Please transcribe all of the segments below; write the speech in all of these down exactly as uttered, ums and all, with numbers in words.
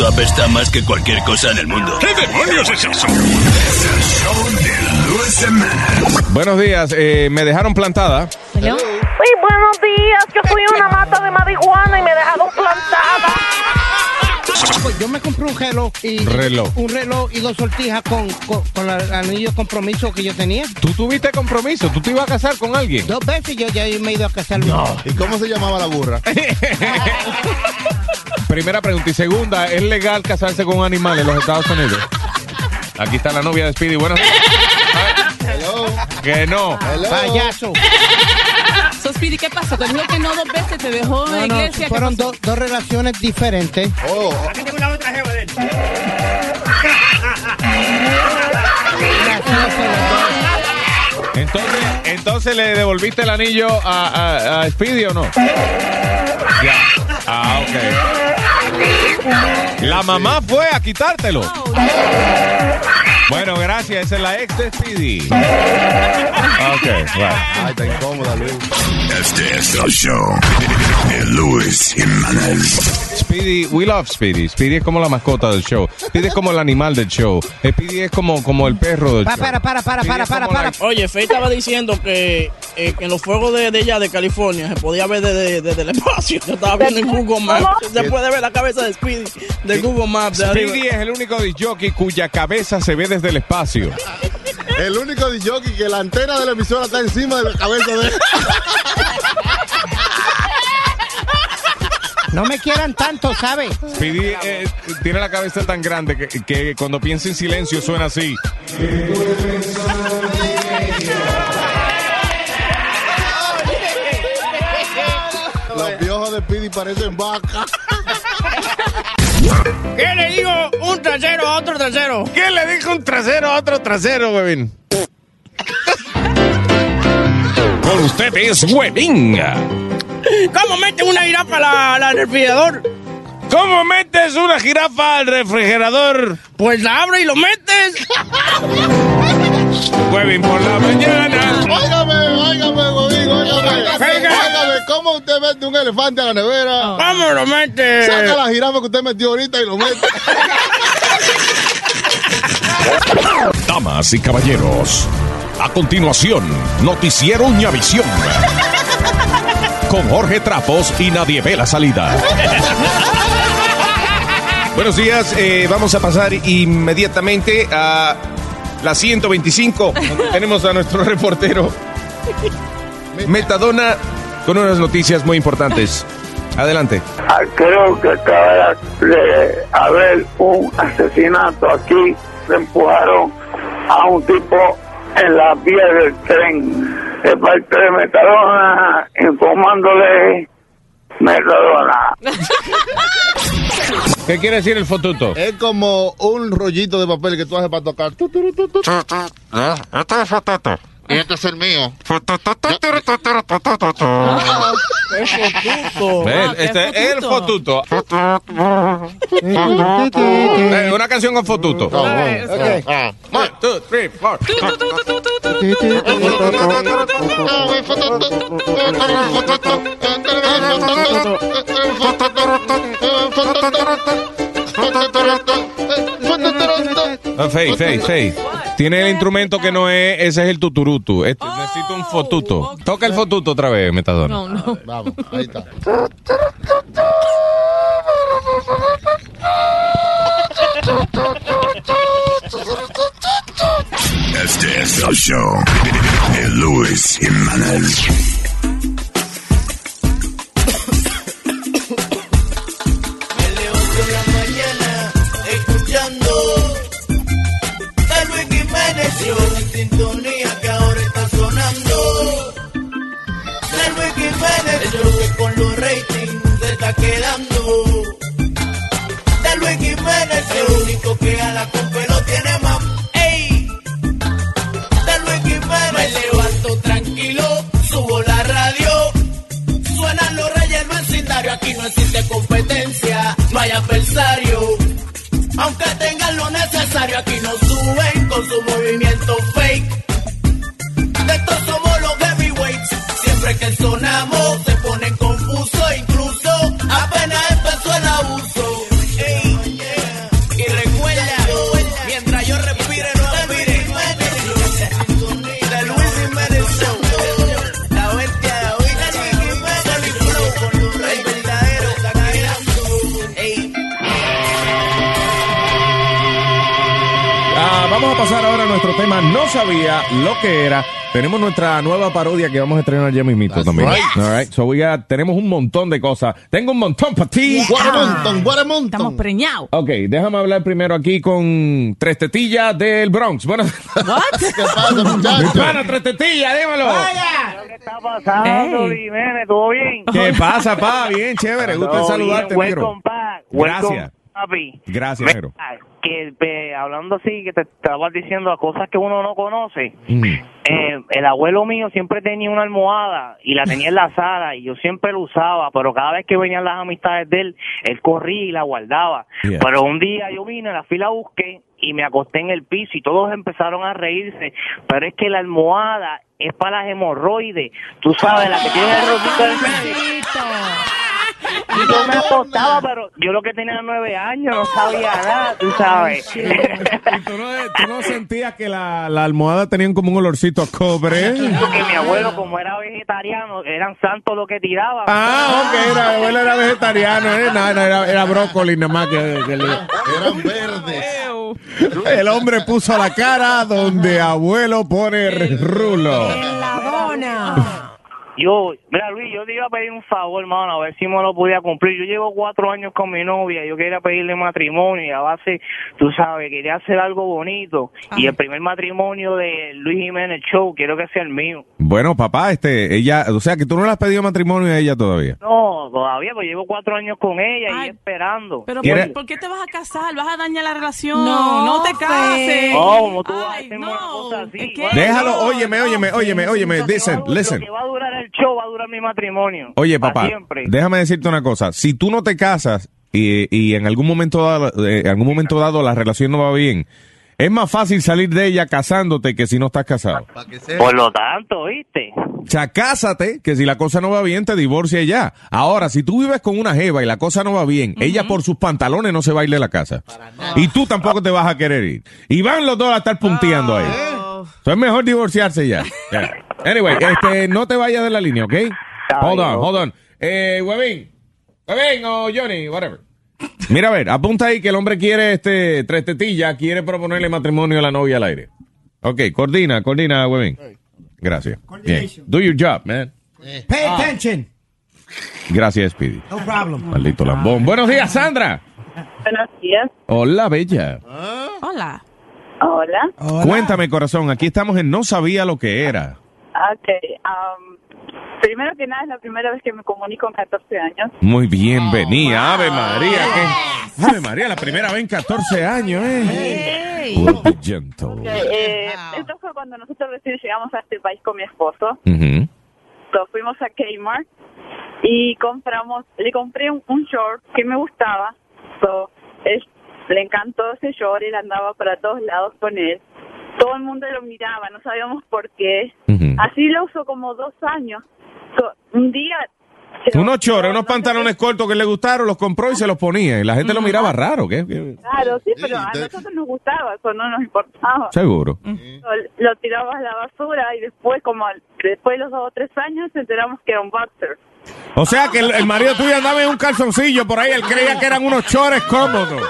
Esto apesta más que cualquier cosa en el mundo. ¿Qué demonios es eso? Es el show de Luis Jiménez. Buenos días, eh, me dejaron plantada. ¿Hello? Sí, buenos días. Yo fui a una mata de marihuana y me dejaron plantada. Pues yo me compré un reloj y reloj. un reloj y dos sortijas con, con, con el anillo de compromiso que yo tenía. ¿Tú tuviste compromiso? ¿Tú te ibas a casar con alguien? Dos veces yo ya me he ido a casar. No. ¿Y cómo se llamaba la burra? Primera pregunta. Y segunda, ¿es legal casarse con un animal en los Estados Unidos? Aquí está la novia de Speedy. Bueno, Hello. que no. Hello. Payaso. So, Speedy, ¿qué pasó? Te dijo que no dos veces, te dejó en la No, no, iglesia. fueron do, dos relaciones diferentes. Oh. Aquí tengo la otra jeva de él. Entonces, entonces ¿le devolviste el anillo a, a, a Speedy o no? Ya. Ah, ok. La mamá fue a quitártelo. Oh, Bueno, gracias. Esa es la ex de Speedy. Ok, right. Ay, está incómoda, Luis. Este es el show de Luis Jiménez. Speedy, we love Speedy. Speedy es como la mascota del show. Speedy es como el animal del show. Speedy es como, como el perro del Pa, show. para, para, para, Speedy para, es para, como para. la- Oye, Faye estaba diciendo que, eh, que en los fuegos de, de allá de California se podía ver desde, desde el espacio. Yo estaba viendo en Google Maps. Se puede ver la cabeza de Speedy de Google Maps de arriba. Speedy es el único disc-jockey cuya cabeza se ve desde el espacio. El único disjockey que la antena de la emisora está encima de la cabeza de él. No me quieran tanto, ¿sabes? Speedy eh, tiene la cabeza tan grande que, que cuando piensa en silencio suena así. Los piojos de Speedy parecen vaca. ¿Qué le digo un trasero a otro trasero? ¿Qué le dijo un trasero a otro trasero, huevín? Con ustedes, huevín. ¿Cómo mete una jirafa la, la refrigerador? ¿Cómo metes una jirafa al refrigerador? Pues la abre y lo metes. Huevín por la mañana. Óigame, óigame, Godín, óigame. Óigame, ¿cómo usted mete un elefante a la nevera? ¿Cómo lo metes? Saca la jirafa que usted metió ahorita y lo mete. Damas y caballeros, a continuación, Noticiero Uñavisión. Con Jorge Trapos y nadie ve la salida. Buenos días, eh, vamos a pasar inmediatamente a la ciento veinticinco, donde tenemos a nuestro reportero Metadona con unas noticias muy importantes. Adelante. Creo que acaba de haber un asesinato aquí. Se empujaron a un tipo en la vía del tren. De parte de Metadona, informándole Metadona. ¿Qué quiere decir el fotuto? Es como un rollito de papel que tú haces para tocar. Tu, tu, tu, tu, tu. Este es fotuto. Y este es el mío. Es fotuto. ¿Ves? Ah, ¿qué Este es el fotuto. fotuto? Eh, Una canción con fotuto. Oh, Alright, oh, okay. ah. One, two, three, four. Tu, tu, tu, tu, tu, tu, tu, tu. Ah, Faith, Faith, Faith. Tiene el instrumento que no es, ese es el tuturutu. Este, necesito un fotuto. ok. Toca el fotuto otra vez, Metadona. No, no. Vamos, ahí está. Este es el show de Luis Jiménez. Me levanto en la mañana escuchando a Luis Jiménez, yo en sintonía que ahora está sonando. De Luis Jiménez, el show que con los ratings se está quedando. De Luis Jiménez, el único que a la compa lo tiene más. ¡Ey! De Luis Jiménez, me levanto tranquilo, subo la radio. Suenan los Reyes del vecindario, aquí no existe competencia, no hay adversario. Aunque tengan lo necesario, aquí nos suben con su movimiento fake. De estos somos los heavyweights, siempre que sonamos se ponen confusos, incluso apenas empezó el abuso. Ey, vamos a pasar ahora a nuestro tema. No sabía lo que era. Tenemos nuestra nueva parodia que vamos a estrenar ya mismito también. Right. All right. So we got, tenemos un montón de cosas. Tengo un montón para ti. Yeah. Guaramontón, guaramontón. Estamos preñados. Ok, déjame hablar primero aquí con Tres Tetillas del Bronx. Bueno, ¿Qué pasa, muchachos? mi pana, Tres Tetillas, dímelo. ¿Qué está pasando, Hey. Jiménez? ¿Todo bien? ¿Qué pasa, pa? Bien, chévere. Gusto en saludarte, negro. Welcome back. Gracias. Welcome, papi. Gracias, Mira, negro. que eh, hablando así, que te estabas diciendo a cosas que uno no conoce. Mm. Eh, el abuelo mío siempre tenía una almohada y la tenía en la sala y yo siempre la usaba, pero cada vez que venían las amistades de él, él corría y la guardaba. Yeah. Pero un día yo vine, la fila busqué y me acosté en el piso y todos empezaron a reírse, pero es que la almohada es para las hemorroides, tú sabes, la que tiene el rotito del medio. Y yo me acostaba, pero yo lo que tenía era nueve años, no sabía nada, tú sabes. ¿Y tú no, tú no sentías que la, la almohada tenían como un olorcito a cobre? Porque mi abuelo, como era vegetariano, eran santos lo que tiraban. Ah, ok, era, mi abuelo era vegetariano, ¿eh? No, no, era, era brócoli nada más que, que le... Eran verdes. El hombre puso la cara donde abuelo pone rulo. En la dona. Yo, mira Luis, yo te iba a pedir un favor, hermano, a ver si me lo podía cumplir. Yo llevo cuatro años con mi novia, yo quería pedirle matrimonio y a base, tú sabes, quería hacer algo bonito. Ajá. Y el primer matrimonio de Luis Jiménez Show, quiero que sea el mío. Bueno, papá, este, ella, o sea, que tú no le has pedido matrimonio a ella todavía. No, todavía, pues llevo cuatro años con ella. Ay. Y esperando. Pero ¿por, ¿por qué te vas a casar? ¿Vas a dañar la relación? No, no te cases. No, como tú vas a hacer una cosa así. Déjalo, no, óyeme, no, óyeme, óyeme, óyeme, listen, listen. Lo que va a durar el show va a durar mi matrimonio. Oye, papá, déjame decirte una cosa. Si tú no te casas y, y en algún momento dado, eh, en algún momento dado la relación no va bien, es más fácil salir de ella casándote que si no estás casado. Por lo tanto, ¿viste? O sea, cásate, que si la cosa no va bien, te divorcia ya. Ahora, si tú vives con una jeva y la cosa no va bien, uh-huh. ella por sus pantalones no se va a ir de la casa. Y tú tampoco te vas a querer ir. Y van los dos a estar punteando ahí. Oh. So, es mejor divorciarse ya. Yeah. Anyway, este, no te vayas de la línea, ¿ok? Hold on, hold on. Eh, Huevín. Huevín o Johnny, whatever. Mira, a ver, apunta ahí que el hombre quiere, este, Tres Tetillas, quiere proponerle matrimonio a la novia al aire. Ok, coordina, coordina, Huevín. Gracias. Bien. Do your job, man. Pay attention. Gracias, Speedy. No problem. Maldito lambón. Buenos días, Sandra. Buenos días. Hola, bella. Hola. Hola. Hola. Cuéntame, corazón, aquí estamos en No Sabía Lo Que Era. Ok. Um, primero que nada, es la primera vez que me comunico en catorce años. Muy bienvenida. Oh, wow. Ave María. ¿Qué? Ave María, la primera vez en catorce años, ¿eh? Hey. Okay, eh, wow. Esto fue cuando nosotros recién llegamos a este país con mi esposo. Uh-huh. So, fuimos a Kmart y compramos, le compré un, un short que me gustaba. So, es, le encantó ese short, él andaba para todos lados con él. Todo el mundo lo miraba, no sabíamos por qué. Uh-huh. Así lo usó como dos años. So, un día... Unos chores, unos pantalones cortos que le gustaron, los compró y se los ponía. Y la gente lo miraba raro, ¿qué? Claro, sí, pero a nosotros nos gustaba, eso no nos importaba. Seguro. So, lo tiramos a la basura y después, como después de los dos o tres años, nos enteramos que era un boxer. O sea, que el, el marido tuyo andaba en un calzoncillo por ahí, él creía que eran unos chores cómodos.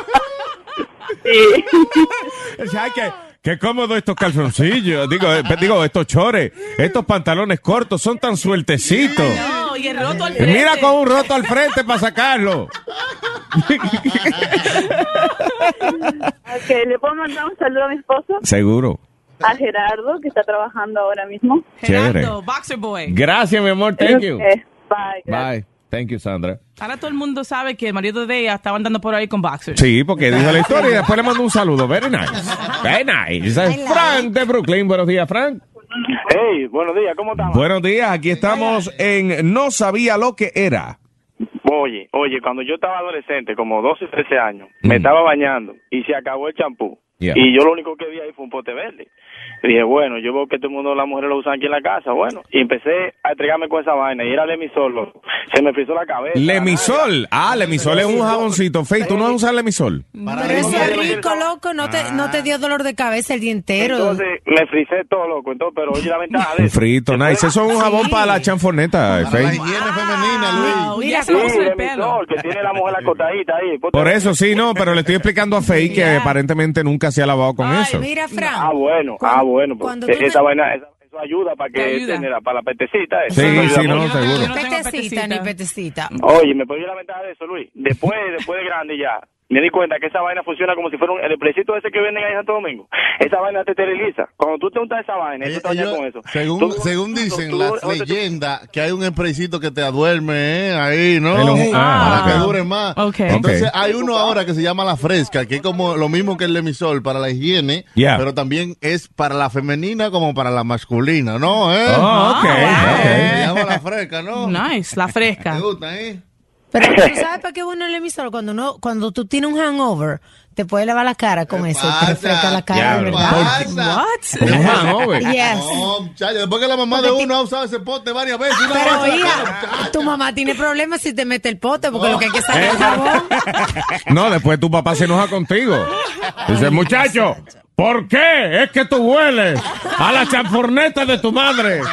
Sí. O sea, que... Qué cómodo estos calzoncillos, digo, eh, digo, estos chores, estos pantalones cortos son tan sueltecitos. No, y el roto al frente. Mira con un roto al frente para sacarlo. Okay, ¿le puedo mandar un saludo a mi esposo? Seguro. A Gerardo, que está trabajando ahora mismo. Gerardo, Chévere. Boxer Boy. Gracias, mi amor, thank you. Okay. Bye. Gracias. Bye. Thank you, Sandra. Ahora todo el mundo sabe que el marido de ella estaba andando por ahí con boxers. Sí, porque dijo la historia y después le mandó un saludo. Very nice. Very nice. Es Frank de Brooklyn. Buenos días, Frank. Hey, buenos días, ¿cómo estamos? Buenos días, aquí estamos en No Sabía Lo Que Era. Oye, oye, cuando yo estaba adolescente, como doce, trece años, mm. me estaba bañando y se acabó el champú. Yeah. Y yo lo único que vi ahí fue un pote verde. Y dije, bueno, yo veo que todo el mundo, las mujeres lo usan aquí en la casa, bueno. Y empecé a entregarme con esa vaina y era Lemisol, loco. Se me frizó la cabeza. ¿Lemisol? Ah, Lemisol es un jaboncito. Faye, ¿tú no vas a usar Lemisol? Pero eso es rico, loco. No te, no te dio dolor de cabeza el día entero. Entonces, me frisé todo, loco. Entonces, pero oye la ventaja de eso. Frito, nice. Eso es un jabón sí. para la chanfoneta, Faye. La higiene femenina, Luis. Wow, mira, sí, Lemisol, que tiene la mujer acotadita ahí. Por eso, sí, no, pero le estoy explicando a Faye que aparentemente nunca se ha lavado con Ay, eso. Mira, Fran. Ah, bueno, Cuando- ah, bueno. Pues, cuando tú esa te- vaina, esa- eso ayuda para que ayuda. tener para la petecita. Sí, eso ayuda sí, no, mucho. seguro. Yo no tengo Petecita, petecita. ni petecita. Oye, me podía la ventaja de eso, Luis. Después, después de grande ya, me di cuenta que esa vaina funciona como si fuera un, el precito ese que venden ahí en Santo Domingo. Esa vaina te esteriliza. Cuando tú te untas esa vaina, y tú te bañas Ellos- con eso. según tú- según tú- dicen tú- las tú- tú- leyendas, que hay un spraycito que te aduerme eh, ahí, ¿no? El ojo- ah, para que ok. dure más. Ok. Entonces Ok. hay uno ahora que se llama La Fresca, que es como lo mismo que el Lemisol para la higiene, Yeah. pero también es para la femenina como para la masculina, ¿no? ¿Eh? Oh, ok, Se ok. llama La Fresca, ¿no? Nice, la fresca. ¿Te gusta, eh? Pero tú sabes para qué bueno el emisor. Cuando uno, cuando tú tienes un hangover, te puedes lavar la cara con eso. Y te refresca la cara, de Diablo. verdad. What? Como un hangover. Yes. No, muchacho, después que la mamá de uno ha usado ese pote varias veces. una Pero vez- hija, tu mamá tiene problemas si te mete el pote, porque lo que hay que saber es jabón. No, después tu papá se enoja contigo. Dice, muchacho, ¿por qué es que tú hueles a la chanforneta de tu madre?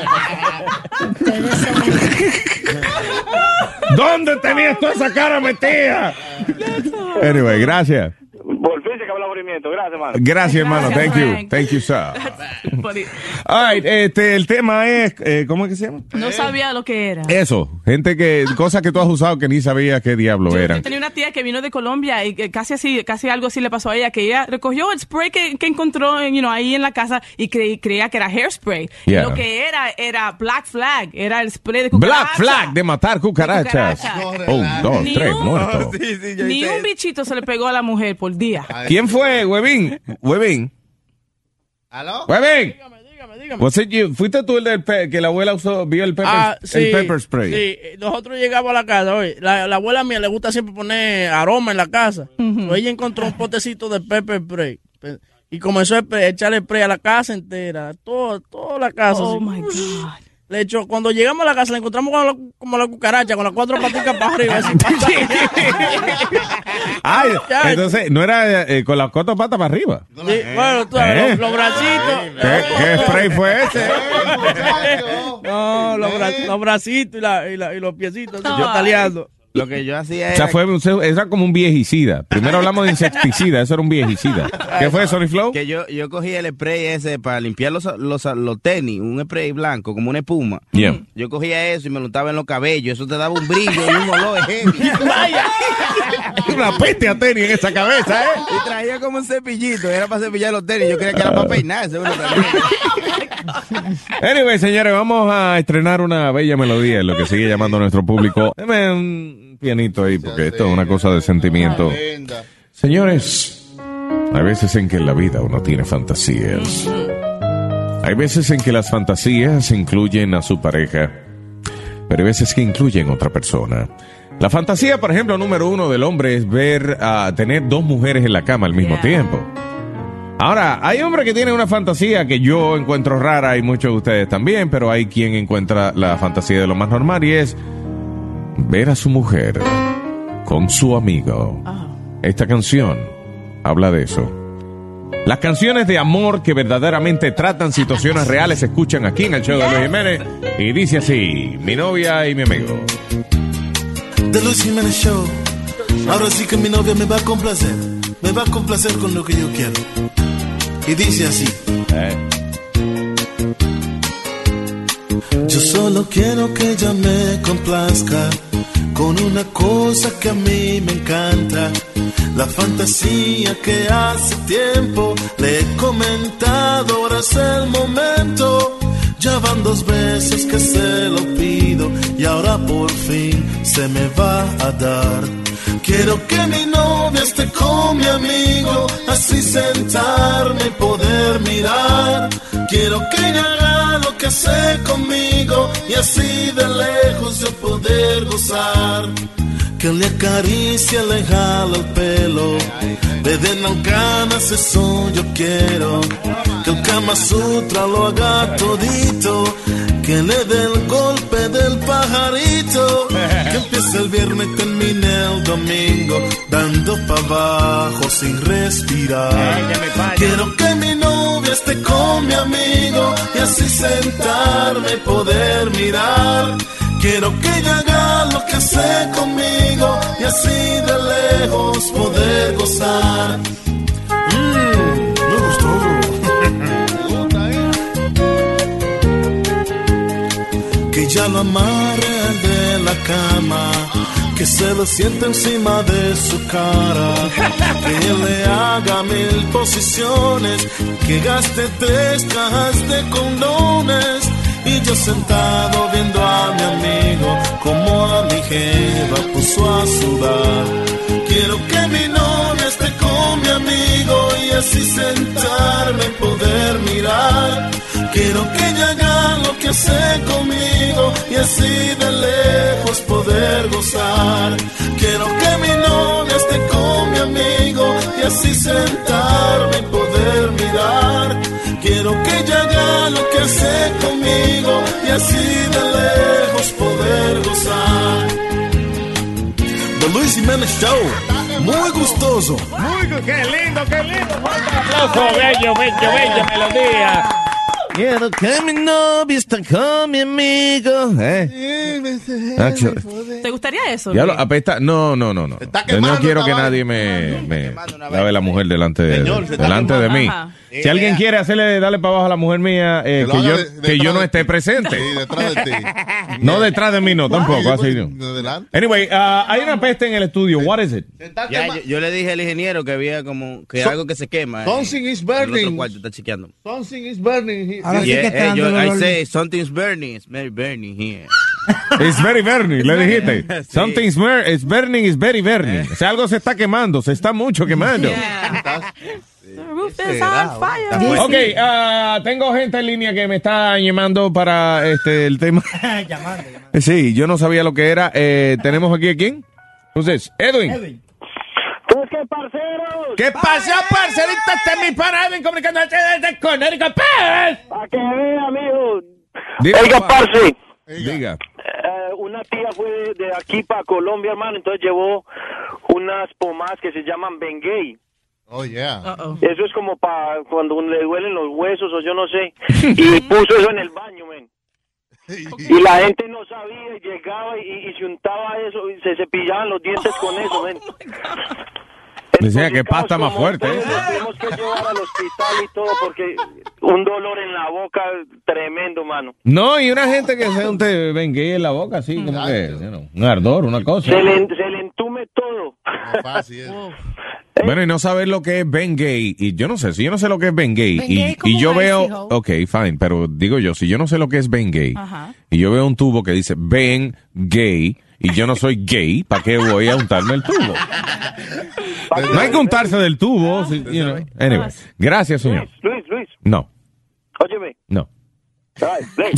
¿Dónde tenías toda esa cara metida? Anyway, gracias. Por fin se acabó el aburrimiento. Gracias, hermano. Gracias, hermano. Gracias, Thank you. Frank. Thank you, sir. Funny. All right, este, el tema es, eh, ¿cómo es que se llama? No sabía lo que era. Eso, gente que, cosas que tú has usado que ni sabías qué diablo Yo, eran. yo tenía una tía que vino de Colombia y que casi así, casi algo así le pasó a ella, que ella recogió el spray que, que encontró you know, ahí en la casa y cre- creía que era hairspray. Yeah. Y lo que era, era Black Flag, era el spray de Black cucaracha. Flag de matar cucarachas. De cucaracha. Un, dos, Ni tres, un- muertos. Ni un bichito se le pegó a la mujer por día. ¿Quién fue, Huevín? Huevín. ¿Aló? Huevín. Dígame, dígame. Was it you? ¿Fuiste tú el del pe- que la abuela usó, vio el pepper, Ah, sí, el pepper spray? Sí, nosotros llegamos a la casa, oye, la, la abuela mía le gusta siempre poner aroma en la casa. Pues ella encontró un potecito de pepper spray pe- y comenzó a esp- echarle spray a la casa entera, toda, toda la casa. Oh así. my God. De hecho, cuando llegamos a la casa la encontramos como la, como la cucaracha, con las cuatro paticas para arriba. así. Ay, Ya. entonces, ¿no era eh, con las cuatro patas para arriba? Sí, bueno, tú sabes, ¿Eh? los, los bracitos. ¿Qué, qué spray fue ese? No, los, bra- los bracitos y, la, y, la, y los piecitos. así, yo taleando. Lo que yo hacía O era... sea, fue un- era como un viejicida. Primero hablamos de insecticida, eso era un viejicida. ¿Qué fue, Sony Flow? Que yo, yo cogía el spray ese para limpiar los, los, los tenis, un spray blanco, como una espuma. Yeah. Yo cogía eso y me lo untaba en los cabellos. Eso te daba un brillo y un olor heavy. Una peste a tenis en esa cabeza, ¿eh? Y traía como un cepillito. Era para cepillar los tenis. Yo creía que era para peinarse. Uno también. Anyway, señores, vamos a estrenar una bella melodía, en lo que sigue llamando a nuestro público. Deme un pianito ahí, porque esto es una cosa de sentimiento. Señores, hay veces en que en la vida uno tiene fantasías. Hay veces en que las fantasías incluyen a su pareja, pero hay veces que incluyen a otra persona. La fantasía, por ejemplo, número uno del hombre es ver a tener dos mujeres en la cama al mismo tiempo. Ahora, hay hombres que tienen una fantasía que yo encuentro rara y muchos de ustedes también, pero hay quien encuentra la fantasía de lo más normal y es ver a su mujer con su amigo. Esta canción habla de eso. Las canciones de amor que verdaderamente tratan situaciones reales se escuchan aquí en el show de Luis Jiménez y dice así: mi novia y mi amigo. The Luis Jiménez Show. Ahora sí que mi novia me va a complacer. Me va a complacer con lo que yo quiero. Y dice así. Eh. Yo solo quiero que ella me complazca con una cosa que a mí me encanta. La fantasía que hace tiempo le he comentado, ahora es el momento. Ya van dos veces que se lo pido y ahora por fin se me va a dar. Quiero que mi novia esté con mi amigo, así sentarme y poder mirar. Quiero que ella haga lo que hace conmigo y así de lejos yo poder gozar. Que le acaricie, le jala el pelo, le den ganas, eso yo quiero. Que el Kama Sutra lo haga todito, que le dé el golpe del pajarito. Que empiece el viernes y termine el domingo, dando pa' abajo sin respirar. Quiero que mi novia esté con mi amigo y así sentarme y poder mirar. Quiero que ella haga lo que hace conmigo y así de lejos poder gozar. Mm. ya lo amarre de la cama, que se lo sienta encima de su cara, que él le haga mil posiciones, que gaste tres cajas de condones, y yo sentado viendo a mi amigo como a mi jeva puso a sudar. Quiero que mi novia esté con mi amigo y así sentarme y poder mirar. Quiero que ella haga lo que hace conmigo y así de lejos poder gozar. Quiero que mi novia esté con mi amigo y así sentarme y poder mirar. Quiero que ella haga lo que hace conmigo y así de lejos poder gozar. The Luis Jiménez Show, muy gustoso. Muy gu- qué lindo, qué lindo. Fuerte aplauso, bello, bello, bella melodía. Quiero que mi novia esté con mi amigo. ¿Eh? Actually. ¿Te gustaría eso? Ya lo Luis? apesta. No, no, no, no. Yo no quemando quiero esta que nadie me, me lave la mujer delante de, Señor, se está delante de quemando. mí. Ajá. Si alguien quiere hacerle, darle para abajo a la mujer mía, eh, Que lo que, haga yo, de- que yo detrás no de esté ti. presente. Sí, detrás de ti. No detrás de mí, no, tampoco. Sí, Así pues, no. adelante. Anyway, uh, hay una peste en el estudio. What is it? Ya, yo, yo le dije al ingeniero que había como que So- algo que se quema. Something eh, is en el otro burning. cuarto está chequeando. Something is burning here. Ahora sí Yeah, que está eh, dando yo, I dolor. say something's burning. It's very burning here. It's very burning, le dijiste. Sí. Something's mer- it's burning, is very burning. O sea, algo se está quemando, se está mucho quemando. The roof is on fire. Ok, uh, tengo gente en línea que me está llamando para este el tema. llamando, llamando. Sí, yo no sabía lo que era. Eh, tenemos aquí a quién. Entonces, Edwin. Pues qué parceros. ¿Qué pasó, parcerito? Este es mi pana Edwin comunicándose desde Connecticut. Pues. Para que vea, amigo. Diga, Oiga, pa- parce. Diga. Eh, una tía fue de, de aquí para Colombia, hermano, entonces llevó unas pomadas que se llaman Bengay. Oh, yeah. Eso es como para cuando le duelen los huesos o yo no sé. Y puso eso en el baño, men. Y la gente no sabía y llegaba y, y se untaba eso y se cepillaban los dientes con eso, men. Decía que pasta más fuerte. ¿eh? Nos tuvimos que llevar al hospital y todo porque un dolor en la boca tremendo, mano. No, y una gente que se unte Bengay en la boca, así, como que, you know, un ardor, una cosa. Se le, se le entume todo. Bueno, y no saber lo que es Bengay, y yo no sé, si yo no sé lo que es Bengay, Bengay y, es como y yo un veo, icy hole. ok, fine, pero digo yo, si yo no sé lo que es Bengay, Ajá. y yo veo un tubo que dice Ben Gay, y yo no soy gay, ¿para qué voy a untarme el tubo? No hay que untarse del tubo, si- you know. Anyway, gracias, señor. Luis, Luis, No, óyeme. no. Ay, Luis.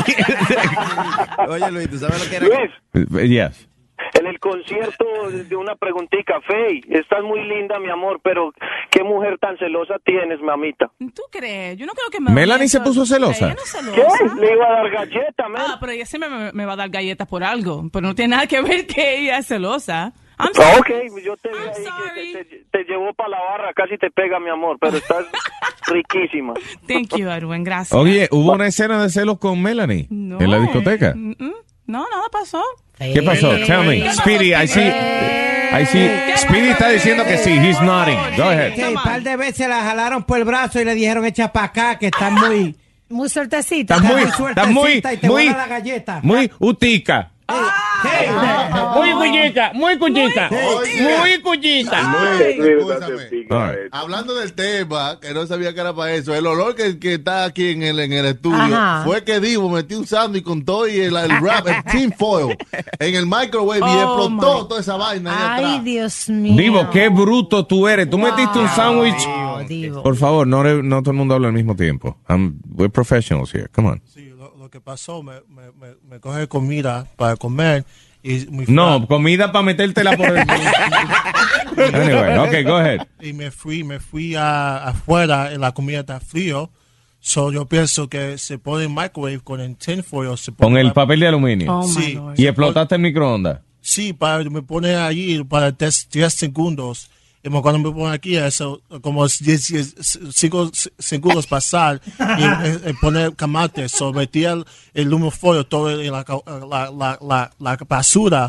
Oye, Luis, ¿tú sabes lo que era? Luis, Yes. en el concierto de una preguntita, Fey, estás muy linda, mi amor, pero ¿qué mujer tan celosa tienes, mamita? ¿Tú crees? Yo no creo que Melanie se puso celosa. Ella no es celosa. ¿Qué? Le iba a dar galleta, man. Ah, pero ella siempre me, me va a dar galletas por algo. Pero no tiene nada que ver que ella es celosa. I'm Ah, sorry. ok, yo te vi ahí que te, te- te llevó para la barra, casi te pega, mi amor, pero estás riquísima. Thank you, Edwin. Gracias. Oye, ¿hubo una escena de celos con Melanie No. en la discoteca? Mm, mm. No, nada pasó. ¿Qué pasó? Tell me. Speedy, I see. I see. Speedy está diciendo que sí. He's nodding. Go ahead. Que un par de veces la jalaron por el brazo y le dijeron echa para acá, que está muy... Muy sueltecita. Está muy, sueltecita está muy, y te muy, bola la galleta. muy utica. Muy cuchita, muy cuchita. Muy cuchita. Luis, escúchame. All right. Hablando del tema, que no sabía que era para eso, el olor que, que está aquí en el, en el estudio Ajá. fue que Divo metió un sándwich con todo y el, el wrap, el tin foil en el microwave y Oh, explotó my- toda esa vaina ahí Ay, atrás. Dios mío. Divo, qué bruto tú eres. Tú metiste un sándwich. Wow, Divo. Por favor, no, no todo el mundo habla al mismo tiempo. I'm, we're professionals here. Come on. Sí, lo, lo que pasó, me, me, me, me coge comida para comer y muy No, comida para metértela por el... Anyway, okay, go ahead. Y me fui, me fui a, afuera y la comida está frío. So yo pienso que se pone en microwave con el tin foil. Se pone Con el la- papel de aluminio. Oh, my Sí. Lord. Y explotaste el microondas. Sí, para, me pone allí para diez segundos. Y cuando me pongo aquí, eso, como diez, cinco segundos pasar y, y, y poner camate. So metí el, el humo foil, todo en la, la, la, la, la basura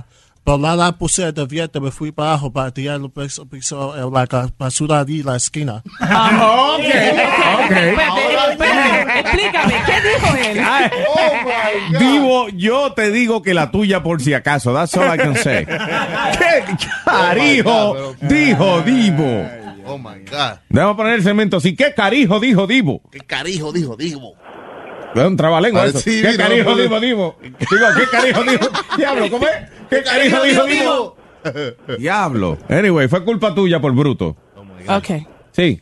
Pero la, la puse de dieta, me fui para abajo para tirar el piso, piso, eh, la ca- basura de la esquina. Ah, ok, ok. Espérate, espérate, explícame, ¿qué dijo él? Ay, Divo, yo te digo que la tuya por si acaso. That's all I can say. ¿Qué carijo dijo Divo? Oh my God. Déjame poner el cemento así. ¿Qué carijo dijo Divo? ¿Qué carijo dijo Divo? Es un trabalengua Ah, eso. sí, ¿Qué no, carijo no, no. dijo Divo? Digo, ¿qué carijo dijo? Diablo, ¿cómo es? ¿Qué carijo dijo Divo? Diablo. Anyway, fue culpa tuya por bruto. Ok. Sí.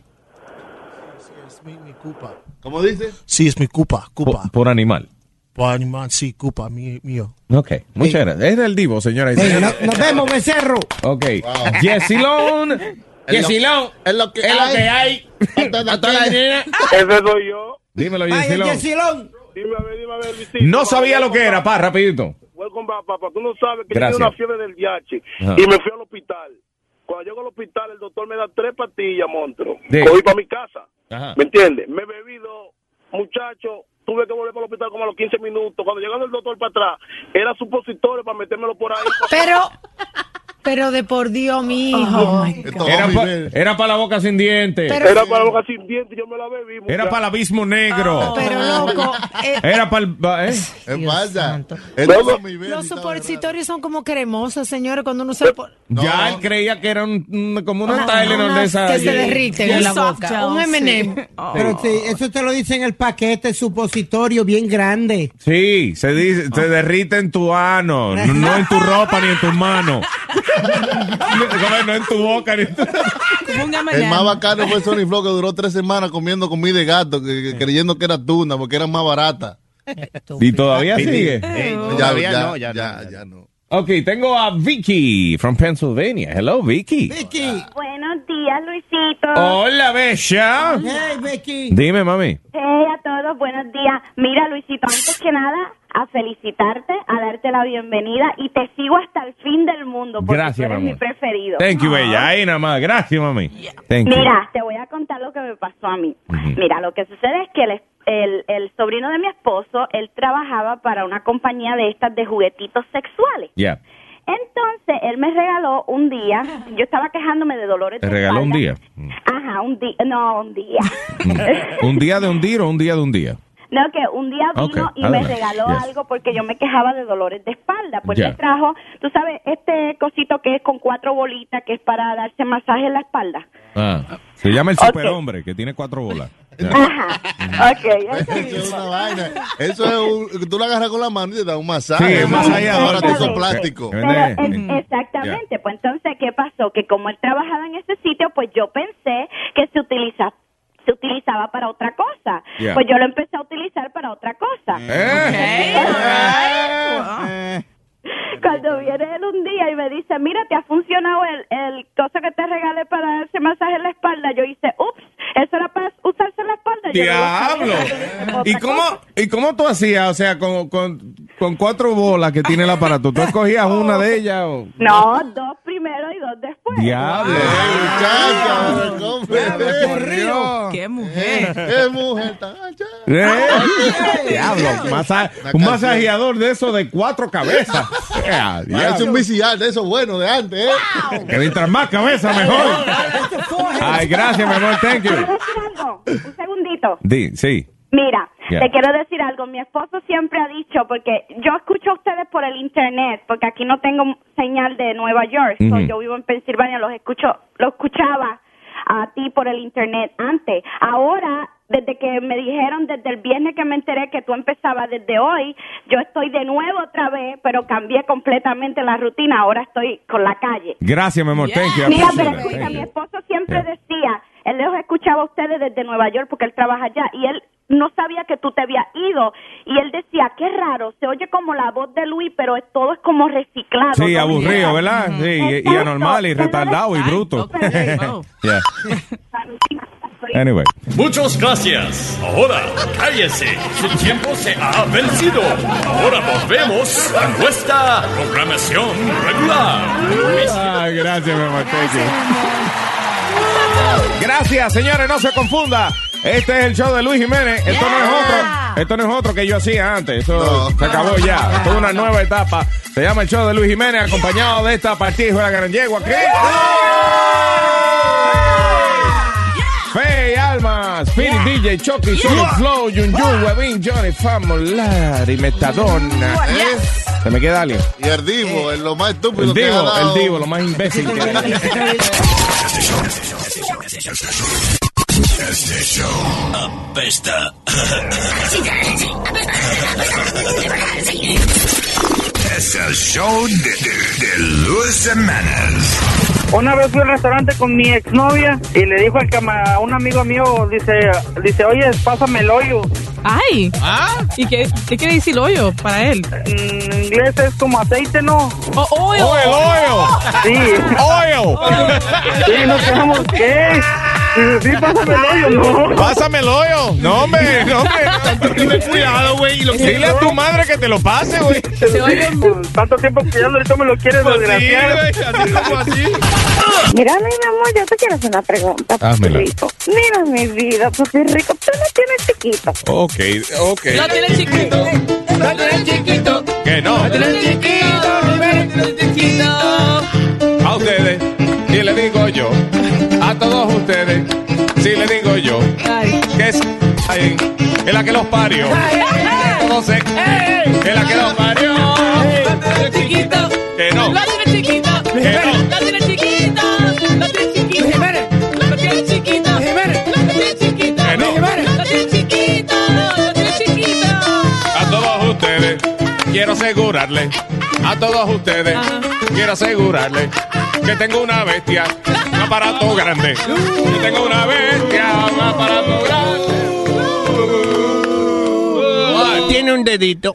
Es mi, mi culpa. ¿Cómo dice? Sí, es mi culpa, culpa. Por, por animal. Por animal, sí, culpa mi- mío. Ok, muchas gracias. Es del Divo, señora. y Hey, señores. no- nos vemos, becerro. Ok. Yesilón. Yesilón. Es lo que Es lo que hay. A toda la nena. Ese soy yo. Dímelo, Vaya, Yesilón. Yesilón. Dime a ver, dime a ver, Luisito. No sabía lo que era, pa, rapidito. Welcome back, papá. Tú no sabes que Gracias. yo tengo una fiebre del viaje Ajá. y me fui al hospital. Cuando llego al hospital, el doctor me da tres pastillas, monstruo. De- Cogí para mi casa. Ajá. ¿Me entiendes? Me bebí dos, muchacho. Tuve que volver para el hospital como a los quince minutos. Cuando llegando el doctor para atrás, era supositorio para metérmelo por ahí. Pero, pero de por Dios, mi hijo. Era para era pa la boca sin dientes. Pero- Era para la boca sin dientes, yo me la bebí. Era muchacho. para el abismo negro. Pero loco. eh, Era para el. ¿eh? ¿Qué Dios pasa? santo. Esto es mi vez, Los y tal, supositorios son como cremosos, señores, cuando uno se pone. Ya él creía que era un, un- como una Tylenol de esa. que se derriten en la soft boca. gel, Un M and M. sí. Oh. Pero sí, eso te lo dice en el paquete supositorio bien grande. Sí, se dice, se derrite en tu ano, no, no en tu ropa ni en tus manos. No, no en tu boca ni en tu... Como un El M and más M. bacano fue Sony Flow, que duró tres semanas comiendo comida de gato, que, que- creyendo que era tuna, porque era más barata. Y todavía sigue. Ya, Todavía ya, no, ya ya, no. ya no. Ok, tengo a Vicky from Pennsylvania. Hello, Vicky. Vicky. Buenos días, Luisito. Hola, bella. Hey, Vicky. Dime, mami. Hey a todos, buenos días. Mira, Luisito, antes que nada, a felicitarte, a darte la bienvenida y te sigo hasta el fin del mundo porque Gracias, tú eres mi mi amor. preferido. Thank you, bella. Ahí nada más. Gracias, mami. Thank you. Mira, te voy a contar lo que me pasó a mí. Mira, lo que sucede es que el, el, el sobrino de mi esposo, él trabajaba para una compañía de estas de juguetitos sexuales. Ya. Entonces, él me regaló un día, yo estaba quejándome de dolores ¿Te de regaló un espalda. día? Ajá, un día, no, un día. ¿Un día de un día o un día de un día? No, que un día vino Ok, y me adelante. regaló Yes. algo porque yo me quejaba de dolores de espalda. Pues Ya. me trajo, tú sabes, este cosito que es con cuatro bolitas, que es para darse masaje en la espalda. Ah, se llama el Ok. superhombre, que tiene cuatro bolas. Ya. Ajá, ok. Eso es una vaina. Eso es un, tú la agarras con la mano y te da un masaje. Sí, es un masajeador. Ahora te hizo Exactamente. plástico. Que Pero, vende- es- exactamente, pues entonces, ¿qué pasó? Que como él trabajaba en ese sitio, pues yo pensé que se utiliza se utilizaba para otra cosa. Yeah. Pues yo lo empecé a utilizar para otra cosa. Eh. Cuando viene él un día y me dice, mira, te ha funcionado el, el cosa que te regalé para ese masaje en la espalda, yo hice, ups, eso era para usarse en la espalda. Yo no lo ¡Diablo! sabía, yo hice otra ¿Y cómo, cosa. ¿Y cómo tú hacías? O sea, con, con, con cuatro bolas que tiene el aparato, ¿tú escogías una de ellas o...? No, dos primero y dos después. ¡Diablo! Muchacha, hombre. Corrió. ¡Qué mujer! ¡Qué mujer tan ¿Eh? ¡Diablo! Masa- un masajeador de eso de cuatro cabezas. ¡Ah, Parece diablo! un vicial de esos buenos de antes, ¿eh? Que mientras más cabeza, mejor. Ay, gracias, mi amor. Thank you. ¿Puedo decir algo? Un segundito. Di, sí. Mira, Yeah. te quiero decir algo. Mi esposo siempre ha dicho, porque yo escucho a ustedes por el internet, porque aquí no tengo señal de Nueva York. So, Ujú. yo vivo en Pensilvania, los escucho, lo escuchaba a ti por el internet antes. Ahora, desde que me dijeron, desde el viernes que me enteré que tú empezabas desde hoy, yo estoy de nuevo otra vez, pero cambié completamente la rutina. Ahora estoy con la calle. Gracias, mi amor. Thank you. I Mira, appreciate pero it. escucha, Thank mi you. esposo siempre Yeah. decía, él los escuchaba a ustedes desde Nueva York porque él trabaja allá y él no sabía que tú te habías ido y él decía, qué raro, se oye como la voz de Luis, pero es, todo es como reciclado. Sí, ¿no? aburrido, ¿verdad? Sí, y, y Exacto. anormal y retardado y bruto. Yeah. Anyway. Muchas gracias. Ahora, cállese. Su tiempo se ha vencido. Ahora volvemos a nuestra programación regular. Ay, gracias, mi amor. Thank you. Gracias, señores, no se confunda. Este es el show de Luis Jiménez. Esto yeah. no es otro. Esto no es otro que yo hacía antes. Esto no. se acabó ya. Esto es una nueva etapa. Se llama el show de Luis Jiménez, acompañado de esta partida de la gran yegua. ¿Qué? Fe, Almas, Philly, D J, Chucky, Sonic Flow, Yun Yun, Webin, Johnny, Famolari, Metadona. Yes. Se me queda alguien. Y el Divo, es lo más estúpido el que divo, ha dado. El Divo, lo más imbécil que Este show apesta. Es el show de, de, de Luis Jiménez. Una vez fui al restaurante con mi exnovia y le dijo al cama, a un amigo mío, dice, dice, oye, pásame el hoyo. Ay. ¿Ah? ¿Y qué, qué quiere decir hoyo para él? En inglés es como aceite, ¿no? Oh, oil. Oh, el hoyo. Sí. Oil. Sí, nos quedamos, ¿qué? Sí, pásame el hoyo, ¿no? Pásame el hoyo. No, hombre, no, hombre. Ten cuidado, güey. Dile a tu madre que te lo pase, güey. Tanto tiempo que ya no me lo quieres desgraciar. Sí, así como así. Mira, mi amor, yo te quiero hacer una pregunta, papi rico. Mira, mi vida, papi rico, tú no tienes chiquito. Ok, ok. No tienes chiquito. No tienes chiquito. Que no. No tienes chiquito. No tienes chiquito. A ustedes, y le digo yo, a todos ustedes, si le digo yo, ay. que es ay, es la que los parió. No sé, es la que los parió. No tienes chiquito. Que no. No tienes chiquito. Que no. No tienes chiquito. No tienes chiquito. No tienes chiquito. No tienes chiquito. Que no. No tienes chiquito. No tienes chiquito. A todos ustedes, quiero asegurarle, a todos ustedes, ajá. quiero asegurarle que tengo una bestia, un aparato grande. Yo tengo una bestia, un aparato grande. Oh, tiene un dedito.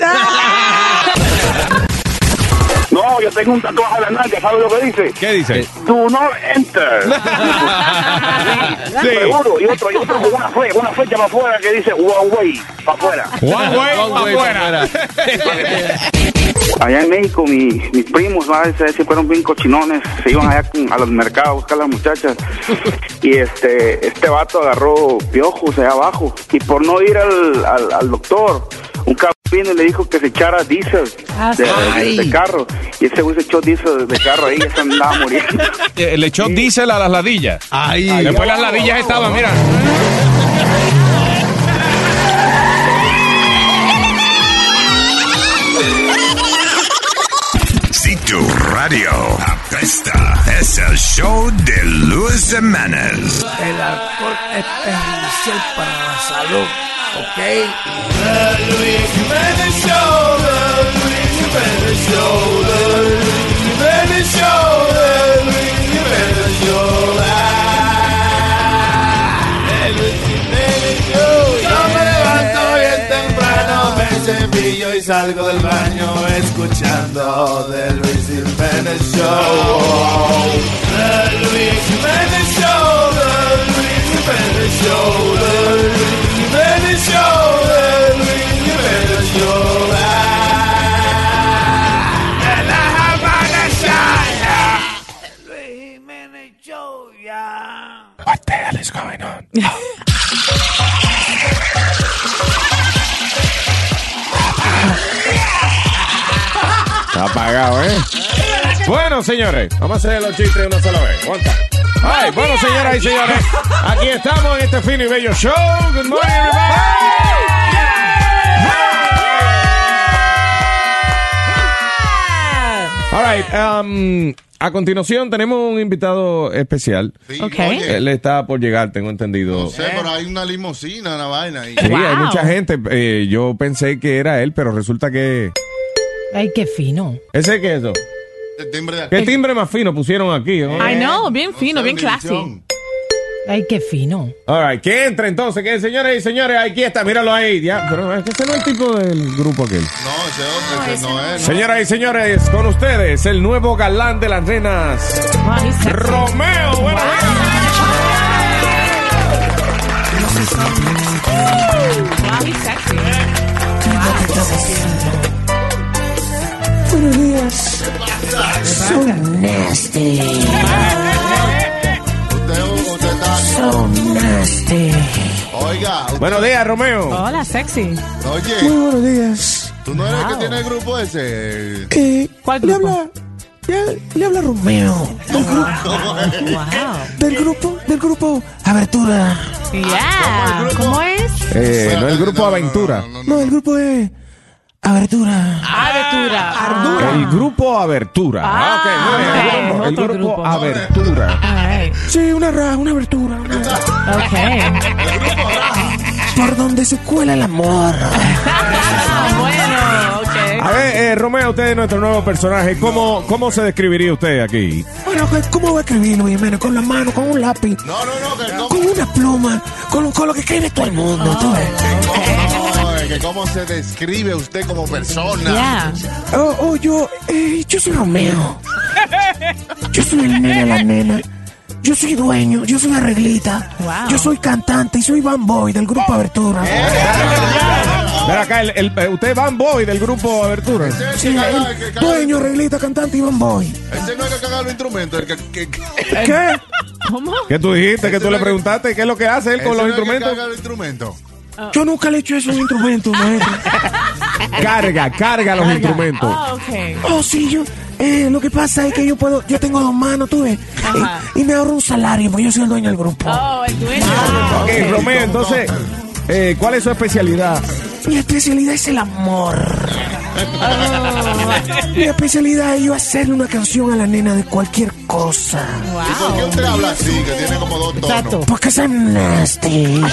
No, yo tengo un tatuaje en la nalga, ¿sabes lo que dice? ¿Qué dice? Do not enter. Sí. Seguro. Y otro, y otro con una flecha, una flecha para afuera que dice one way, para afuera. One way, para afuera. Allá en México, mi, mis primos, ¿sabes? siempre fueron bien cochinones, se iban allá con, a los mercados a buscar a las muchachas. Y este este vato agarró piojos allá abajo. Y por no ir al, al, al doctor, un cabrón vino y le dijo que se echara diésel de, de, de carro. Y ese güey se echó diésel de carro ahí, y se andaba muriendo. Le echó sí. diésel a las ladillas. Ay, Después las ladillas oh, estaban, mira. Si tu radio apesta, es el show de Luis Jiménez. El alcohol es perjudicial para la salud, ¿ok? The Luis Jiménez Show, The Luis Jiménez Show, The Luis Jiménez Show, The Luis Jiménez Show, The Luis Jiménez Show. Yo me levanto bien temprano, me cepillo y salgo del baño escuchando The Luis Jiménez Show. The Luis Jiménez Show, The Luis Jiménez Show, The Luis Jiménez Show, The Luis Jiménez Show. De la Habana Shaya. Luis Jiménez Show, ya. What the hell is going on? Está apagado, ¿eh? Bueno, señores, vamos a hacer los chistes de una sola vez. Aguanta. Ay, bueno, señoras y señores, aquí estamos en este fino y bello show. Good morning, everybody. All right, um, a continuación tenemos un invitado especial. Sí, okay. Oye. Él está por llegar, tengo entendido. No sé, pero hay una limusina, una vaina ahí. Sí, Wow. hay mucha gente. Eh, yo pensé que era él, pero resulta que... Ay, qué fino. ¿Ese qué es eso? El timbre de aquí. ¿Qué timbre más fino pusieron aquí? ¿No? I know, bien fino, No sé, bien classy. división. Ay, qué fino. All right, que entre entonces, que señores y señores, aquí está, míralo ahí. Ya, pero es que ese no es el tipo del grupo aquel. No, ese otro, ese no es. ¿no? Señoras y señores, con ustedes, el nuevo galán de las nenas, Romeo. Buenos Wow, he's sexy. Buenos días. So nasty. Usted, usted está... So nasty. Oiga, Buenos días, Romeo. Hola, sexy. Oye. Muy buenos días. ¿Tú no eres el Wow. que tiene el grupo ese? Eh, ¿Cuál le grupo? habla, le, le habla Romeo. Del grupo, del grupo, del grupo Abertura. Yeah. ¿Cómo es? Eh, no el grupo Aventura. No, el grupo es Abertura. Abertura. El grupo Abertura. Ah, ok, muy bien. ok. El grupo, el Otro grupo grupo. Abertura. Ay. Sí, una raja, una abertura. Una... Ok. Por donde se cuela el amor. Ah, bueno, ok. A ver, eh, Romeo, usted es nuestro nuevo personaje. ¿Cómo, cómo se describiría usted aquí? Bueno, ¿cómo va a escribir, Luis Jiménez? Con la mano, con un lápiz. No, no, no, que cómo, Con una pluma. Con, con lo que escribe todo el mundo. ¿tú ves? no, que cómo se describe usted como persona. Yeah. Oh, oh, yo, eh, yo soy Romeo. Yo soy el nene, la nena. Yo soy dueño, yo soy arreglita. Wow. Yo soy cantante y soy Van Boy del grupo Abertura. Ven acá, el, el- usted es Van Boy del grupo Abertura. Ese Sí, es el que caga- el que caga- dueño, arreglita, cantante y Van Boy. ese no es el que caga los instrumentos. El que, que, que- ¿Qué? ¿Cómo? ¿Qué tú dijiste? Que tú Ese le no- preguntaste qué es lo que hace él ese con no los es el que instrumentos. caga los instrumentos. Yo nunca le he hecho eso a un instrumento, maestro. Carga, carga los instrumentos. Oh, ok. Oh, sí, yo. Eh, lo que pasa es que yo puedo. Yo tengo dos manos, tú ves. Ajá. Y, y me ahorro un salario, porque yo soy el dueño del grupo. Oh, el dueño. Ok, Romeo, entonces, eh, ¿cuál es su especialidad? Mi especialidad es el amor. Mi especialidad es yo hacerle una canción a la nena de cualquier cosa. ¿Y por qué usted habla así? Que tiene como dos tonos. Porque soy nasty.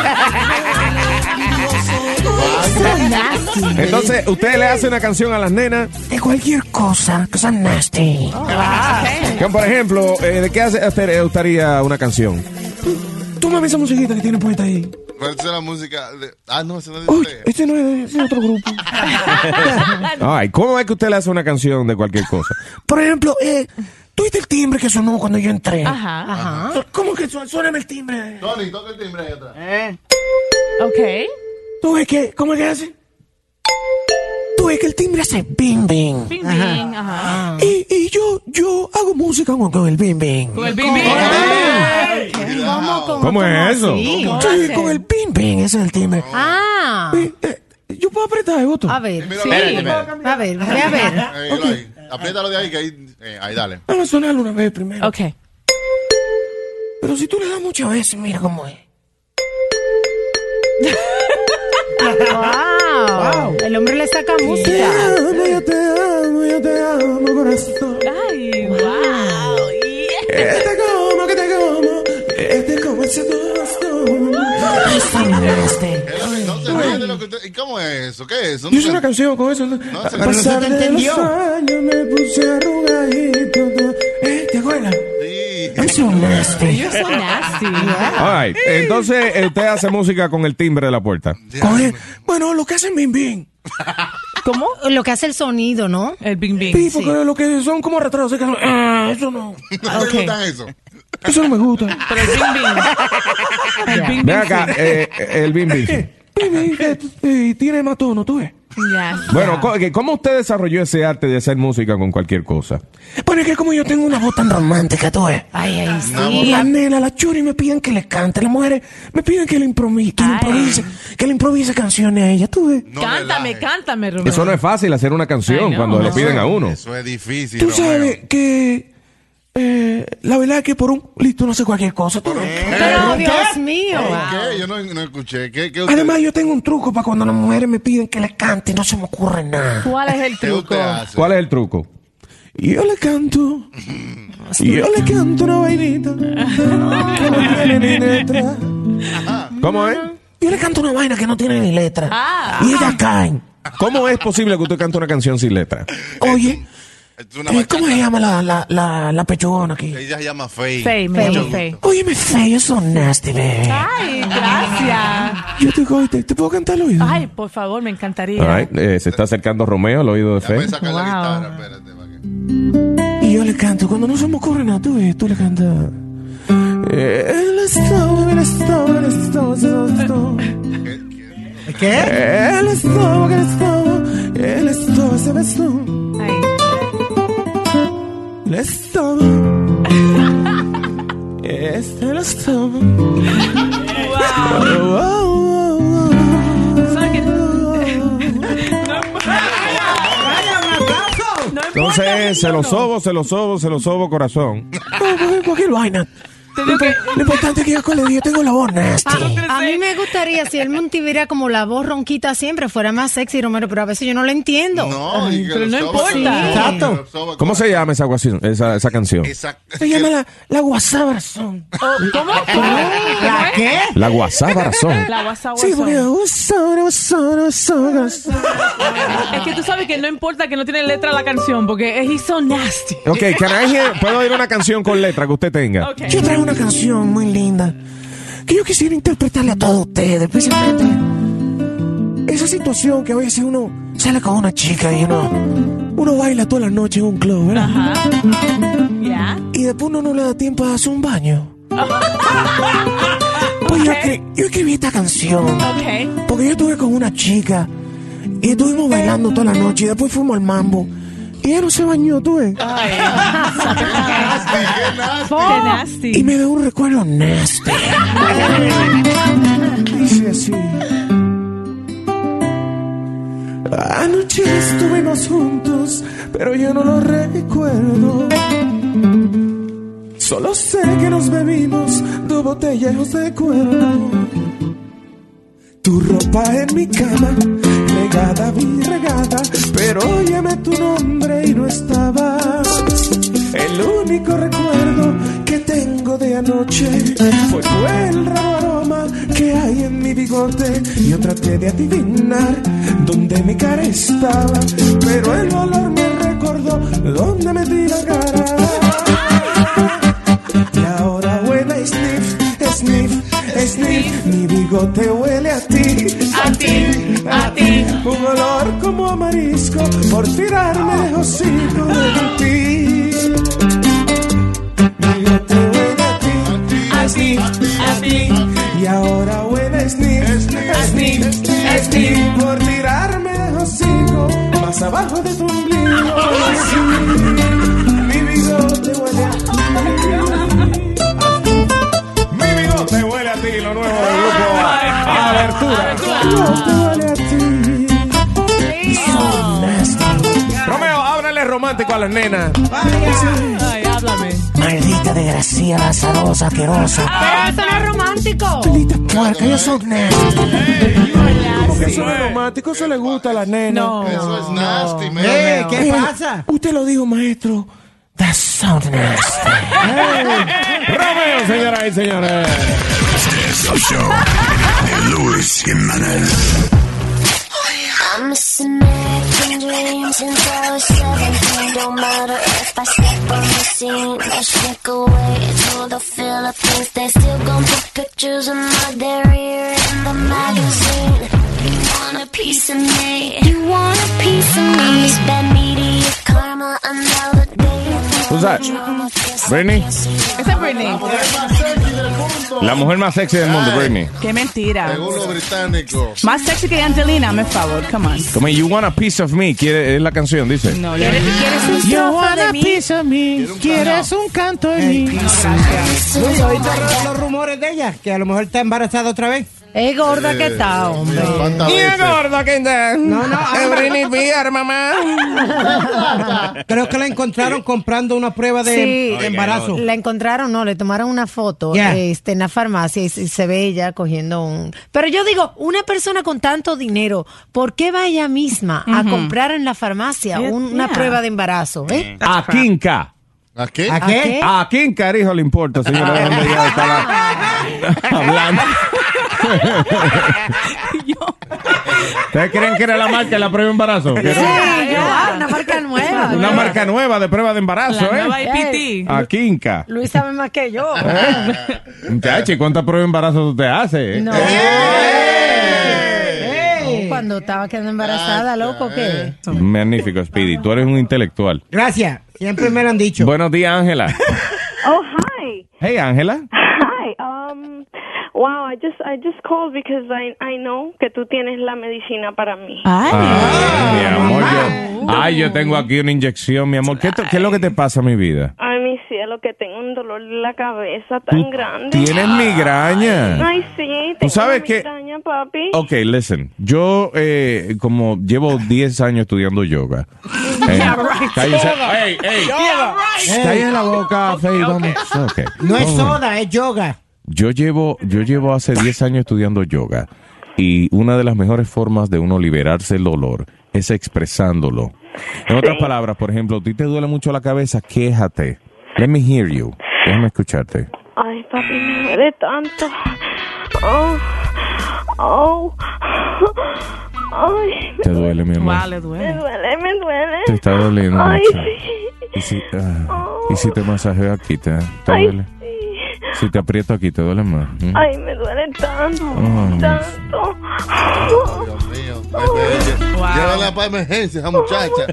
Entonces, usted le hace una canción a las nenas. De cualquier cosa, que son nasty. Que, por ejemplo, eh, ¿de qué hace, hacer- eh, gustaría una canción? Tómame esa musiquita que tiene puesta ahí. Pero esa es la música. De... Ah, no, esa no es de Uy, usted. este no es, ese es otro grupo. Ay, ¿cómo es que usted le hace una canción de cualquier cosa? Por ejemplo, eh, ¿tú viste el timbre que sonó cuando yo entré? Ajá. Ajá. ¿Cómo que suena? Suéname el timbre. Tony, toca el timbre ahí atrás. ¿Eh? Ok. ¿Tú ves que, cómo es que hace? Tú ves que el timbre hace bing bing. Bing, bing. Ajá. Y, y yo, yo hago música con, con el bing bing. Con el bing, bing. ¿Cómo, cómo, ¿Cómo es eso? así? ¿Cómo Sí, hace? con el bing bing, ese es el timbre. Ah. Eh, eh, yo puedo apretar el botón. A ver. Mira, Sí. espérate, espérate. A ver, ve a ver. Eh, hilo ahí. Apriétalo de ahí, que ahí. Eh, ahí, dale. Vamos a sonarlo una vez primero. Ok. Pero si tú le das muchas veces, mira cómo es. Wow. El hombre le saca música. Te amo, yo te amo, yo te amo, corazón. Ay, wow. Que te como, que te como, que te como ese corazón. Está nasty. No se ríe de lo que usted. ¿Y cómo es eso? ¿Qué es eso? Yo hice una canción con eso. se- A pero no se pasar te de entendió. los años me puse arrugadito. ¿Eh? ¿Te acuerdas? Sí. I'm so nasty. You're so nasty. All right. Entonces, eh, usted hace música con el timbre de la puerta. Coge- Bueno, lo que hacen bing bing. ¿Cómo? Lo que hace el sonido, ¿no? El bing, bing. Sí, porque lo que son como retrasos. Que son, ah, eso no. ¿No le gustan eso? Eso no me gusta. Pero el bing, bing. El bing, Ven bing. acá, sí. eh, el bim bim. Bing bing, eh, eh, tiene más tono, tú ves. Ya. Bueno, co- que ¿cómo usted desarrolló ese arte de hacer música con cualquier cosa? Bueno, es que como yo tengo una voz tan romántica, tú ves. Ay, ay, sí. Las nenas, las churis me piden que les cante. Las mujeres me piden que le improvise, que le Ay. improvise, que le improvise canciones a ellas, tú ves. No Cántame, relaje. cántame, Romeo. Eso no es fácil, hacer una canción Ay, no. cuando le No. piden a uno. Eso es difícil. Tú Romeo. sabes que eh, la verdad es que por un listo no sé cualquier cosa. ¿Tú ves? Pero, Dios mío. ¿Qué? Yo no, no escuché. ¿Qué, qué usted, Además, yo tengo un truco para cuando las mujeres me piden que les cante y no se me ocurre nada. ¿Cuál es el qué truco? usted hace? ¿Cuál es el truco? Y yo le canto, y yo le canto una vainita que no tiene ni letra. ¿Cómo es? Yo le canto una vaina que no tiene ni letra. Ah. Y ellas caen. ¿Cómo es posible que usted cante una canción sin letra? Oye, Es una eh, ¿cómo bachata. se llama la, la, la, la pechugona aquí? Ella se llama Faye. Faye, me Faye. llamo Faye. Oye, me feo, son nasty, baby. Ay, gracias. Yo te, cojo y te, te puedo cantar al oído. Ay, por favor, me encantaría. All right, eh, se está acercando Romeo al oído de Déjame Fe. sacar la Wow. guitarra, espérate. para que- Y yo le canto, cuando no se me ocurre nada, tú ves, tú le cantas. Eh, El estómago, el estómago, el estómago, el estómago. ¿Qué? El estómago, el estómago, el estómago, se besó. Ay. El estómago. Es el estómago. Wow. Oh, oh, Entonces, se lo sobo, se lo sobo, se lo sobo, corazón. No, cualquier vaina. Lo, lo importante es que yo le digo, yo tengo la voz nasty. A, a mí me gustaría si él tuviera como la voz ronquita siempre, fuera más sexy, Romero, pero a veces yo no lo entiendo. No, Ay, pero no importa. Sí. Exacto. ¿Cómo se llama esa, esa, esa canción? Exacto. Se llama la, la Guasábarazón. Oh, ¿Cómo? ¿La qué? La guasábarazón. La guasa, Sí, porque guasón, guasón, guasón, guasón. Es que tú sabes que no importa que no tiene letra la canción, porque es he's so nasty. Ok, can I hear- ¿puedo oír una canción con letra que usted tenga? Okay. Yo traigo una canción muy linda que yo quisiera interpretarle a todos ustedes, especialmente esa situación que a veces uno sale con una chica y uno, uno baila toda la noche en un club, ¿verdad? Ajá. ¿Ya? Y después uno no le da tiempo a hacer un baño. Pues yo, escri- yo escribí esta canción Okay. porque yo estuve con una chica y estuvimos bailando toda la noche y después fuimos al mambo y ella no se bañó, tú ves. Ay. Qué Qué nasty. Y me dio un recuerdo nasty. Dice así. Anoche estuvimos juntos, pero yo no lo recuerdo. Solo sé que nos bebimos dos botellas de cuerno. Tu ropa en mi cama, regada, vi regada, pero llamé tu nombre y no estabas. El único recuerdo que tengo de anoche fue tu el raro aroma que hay en mi bigote. Yo traté de adivinar dónde mi cara estaba, pero el olor me recordó dónde metí la cara. Y ahora huele a sniff, sniff, sniff. Mi bigote huele a ti, A ti, a ti. un olor como a marisco por tirarme de hocico de ti. Mi bigote huele a ti, a ti, a ti. Y ahora huele a sniff, sniff, sniff por tirarme de hocico más abajo de tu ombligo. Sí, mi bigote huele a ti. Mi bigote huele a ti, lo nuevo del grupo Abertura. Mi bigote huele a ti. So nasty. Romeo, ábrale romántico a las nenas. Ay, háblame. Maldita desgraciada, azarosa, asquerosa. Pero eso no es romántico. Maldita puerca, yo soy nasty. Porque eso no es romántico, eso le gusta a las nenas. No. Eso es nasty, man. Eh, ¿qué Eh, pasa? Usted lo dijo, maestro. That sounds nasty. Romeo, señoras y señores. Este es el show de Luis Jiménez. I'm missing making dreams since I was seventeen. Don't matter if I step on the scene or sneak away to the Philippines. They still gon' put pictures of my derriere in the magazine. You want a piece of me? You want a piece of me? It's bad media karma another day. Who's that? Britney. Esa es Britney. La mujer más sexy del mundo, Britney. Qué mentira. Según los británicos. Más sexy que Angelina, me favor, come on. Como You Want a Piece of Me, quiere, es la canción, dice. No, ya ¿Quieres un You trozo want de a mí? piece of me. ¿Quieres un canto de mí? Luis, ¿oíste los, los rumores de ella? Que a lo mejor está embarazada otra vez. Es gorda que está, hombre. ¿Cuántas Y veces? es gorda que está. No, no, Es Britney Spears, mamá. Creo que la encontraron comprando una prueba de, Sí. de embarazo. La encontraron, no, le tomaron una foto Yeah. este, en la farmacia y, se- se ve ella cogiendo un... Pero yo digo, una persona con tanto dinero, ¿por qué va ella misma a comprar en la farmacia Yeah, un- una yeah. prueba de embarazo? ¿eh? A Kinka. ¿A qué? ¿A qué? A quién carijo le importa, señora. Déjame ya estar hablando. ¿Ustedes creen que era la marca de la prueba de embarazo? Que Sí, era ya, una marca nueva. una marca nueva de prueba de embarazo, La ¿eh? nueva I P T. A Kinka. Luis sabe más que yo. Muchacho, ¿y cuántas pruebas de embarazo usted hace? eh? No. Cuando estaba quedando embarazada, loco, ¿qué? Magnífico, Speedy. Tú eres un intelectual. Gracias. Siempre me lo han dicho. Buenos días, Ángela. Oh, hi. Hey, Ángela. Hi. Um, wow, I just I just called because I I know que tú tienes la medicina para mí. Ay, mi amor, yo, ay, yo tengo aquí una inyección, mi amor. ¿Qué, to- qué es lo que te pasa, mi vida? Ay, mi cielo, que tengo un dolor de la cabeza tan grande. Tienes migraña. Ay, sí, Tú tengo sabes una que migraña, papi. Ok, listen. Yo, eh, como llevo diez años estudiando yoga. Eh, Yeah, right. cállese. Soda. Ey, ey. Yeah, right. Cállese la boca, Faye, vamos. Okay. No es Vamos. soda, es yoga. Yo llevo, yo llevo hace diez años estudiando yoga y una de las mejores formas de uno liberarse el dolor es expresándolo. En otras palabras, por ejemplo, a ti te duele mucho la cabeza, quéjate. Let me hear you. Déjame escucharte. Ay, papi, me duele tanto. Oh, oh. Ay, Te duele, mi amor. Vale, me duele. duele, me duele. Te está doliendo Ay, mucho. sí. ¿Y si, ah, ¿y si te masajeo aquí? ¿Te, te Ay, duele? Si te aprieto aquí, ¿te duele más? ¿Mm? Ay, me duele tanto, Ay, tanto. Dios mío. Llévala para emergencia, esa muchacha.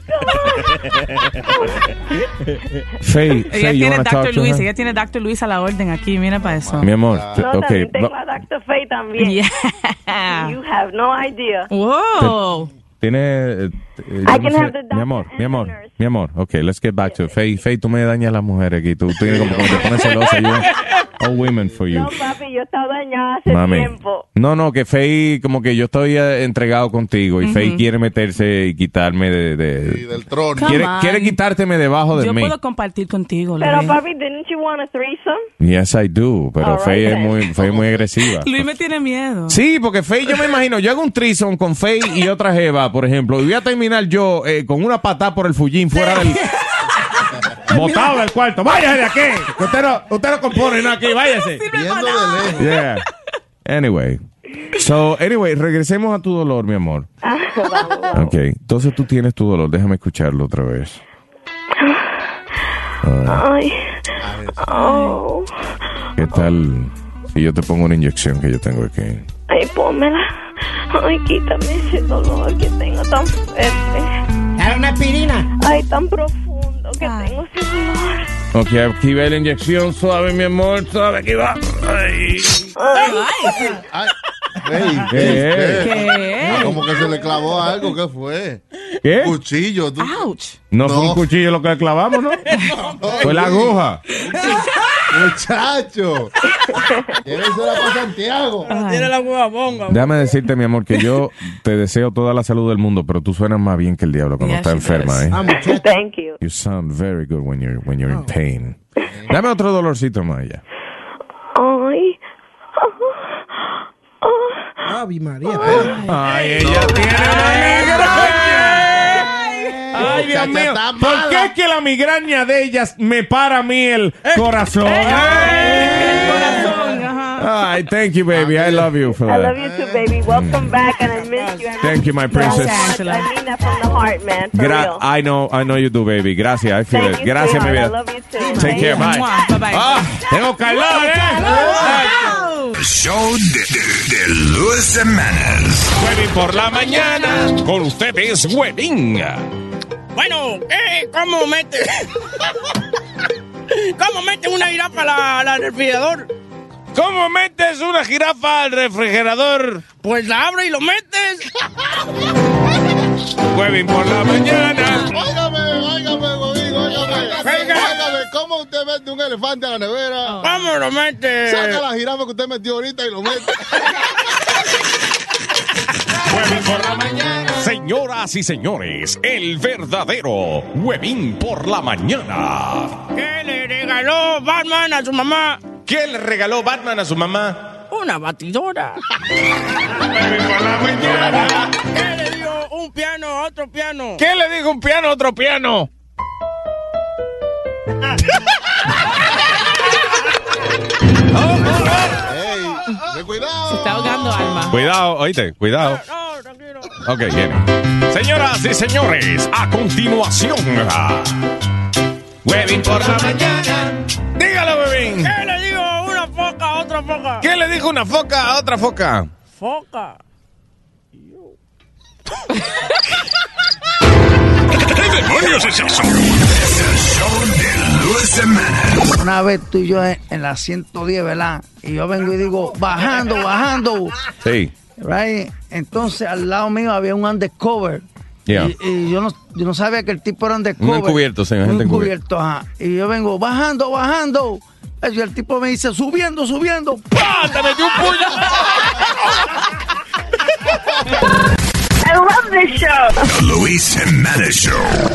Faye, Ella Faye, you tiene wanna talk doctor to Luis, her? ella tiene doctor Luis a la orden aquí, mira para eso. Mi amor, te- No, ok. también tengo va- a doctor Faye también. Yeah. You have no idea. Wow. Tiene. eh, eh, yo I no can sé- have the mi amor, mi amor, mi amor. Ok, let's get back to it. Faye, Faye, tú me dañas a las mujeres aquí. Tú, tú tienes como, como te pones celosa. You want all women for you. No, papi, yo estaba dañada hace Mami. tiempo. No, no, que Faye, como que yo estoy eh, entregado contigo y Ujú. Faye quiere meterse y quitarme de. de- del trono. Quiere, Come on. quiere quitárteme debajo de Yo mí. puedo compartir contigo, Pero, Luis. papi, didn't you want a threesome? Yes, I do. Pero All right, Faye es then. muy, Faye es muy agresiva. Luis me tiene miedo. Sí, porque Faye, yo me imagino, yo hago un threesome con Faye y otra jeva, por ejemplo, y voy a terminar yo eh, con una patada por el fullín fuera del... botado del cuarto. ¡Váyase de aquí! Usted no, usted no compone nada aquí, váyase. Viendo de lejos. Yeah. Anyway. So, anyway, regresemos a tu dolor, mi amor. Ok, entonces tú tienes tu dolor. Déjame escucharlo otra vez. Ah, Ay. Oh. ¿qué tal si yo te pongo una inyección que yo tengo aquí? Ay, pónmela. Ay, quítame ese dolor que tengo tan fuerte. Dale una aspirina. Ay, tan profundo que tengo ese dolor. Ok, aquí va la inyección. Suave, mi amor. Suave, aquí va. Ay. Ay. Ay, hey, ¿Qué? ¿qué? ¿Qué? Ah, como que se le clavó algo. ¿Qué fue? ¿Qué? Cuchillo. tú- Ouch. No, fue No. un cuchillo lo que le clavamos, ¿no? Fue la aguja. Muchacho. Llévensela para Santiago. Tiene la hueva bonga. Déjame decirte, mi amor, que yo te deseo toda la salud del mundo, pero tú suenas más bien que el diablo cuando Yeah, estás she enferma, does. ¿eh? Ah, muchacho. Thank you. You sound very good when you're, when you're in pain. Dame otro dolorcito más ya. Ay. Ave María. Ay, ella tiene una migraña. Ay, Dios Muchacha, mío. está ¿Por mala. qué es que la migraña de ellas me para a mí el corazón? Corazón, ajá. Ay, thank you, baby. I love you for I love that. you too, baby. Welcome back, and I miss you. Thank you, my princess. I mean that from the heart, man. For Gra- real. I know, I know you do, baby. Gracias, I feel Thank it. you, Gracias, mi sweetheart. I vida. love you too. Take care, bye. Mua, bye-bye. Ah, tengo calor, ¿eh? El show de, de, de Luis Jiménez. Huevín por la mañana. Con ustedes, Huevín. Bueno, eh, ¿cómo mete? ¿Cómo mete una jirafa la- al refrigerador? ¿Cómo metes una jirafa al refrigerador? Pues la abres y lo metes. Huevín por la mañana. Óigame, óigame, Godín, óigame. Venga. Óigame, ¿cómo usted mete un elefante a la nevera? ¿Cómo lo mete? Saca la jirafa que usted metió ahorita y lo mete. Huevín por la mañana. Señoras y señores, el verdadero Huevín por la mañana. ¿Qué le regaló Batman a su mamá? ¿Qué le regaló Batman a su mamá? Una batidora. Huevín por la mañana. ¿Qué le dio un piano a otro piano? ¿Qué le dijo un piano a otro piano? Ey, ten cuidado. Se está ahogando, Alma. Cuidado, oíste, cuidado. No, tranquilo. Ok, bien. Señoras y señores, a continuación. Huevín por la mañana. Dígalo, Huevín. ¿Qué le digo una foca a otra foca? ¿Qué le dijo una foca a otra foca? Foca. ¿Qué demonios es eso? Es el show de Luis Jiménez. Una vez tú y yo en, en la ciento diez, ¿verdad? Y yo vengo y digo, bajando, bajando. Sí. Right? Entonces al lado mío había un undercover. Yeah. Y, y yo, no, yo no sabía que el tipo era undercover. Un encubierto, señor, Un gente encubierta. encubierto, ajá. Y yo vengo, bajando, bajando. Y el tipo me dice, subiendo, subiendo. ¡Pam! ¡Te metió un puño! Luis Jiménez Show.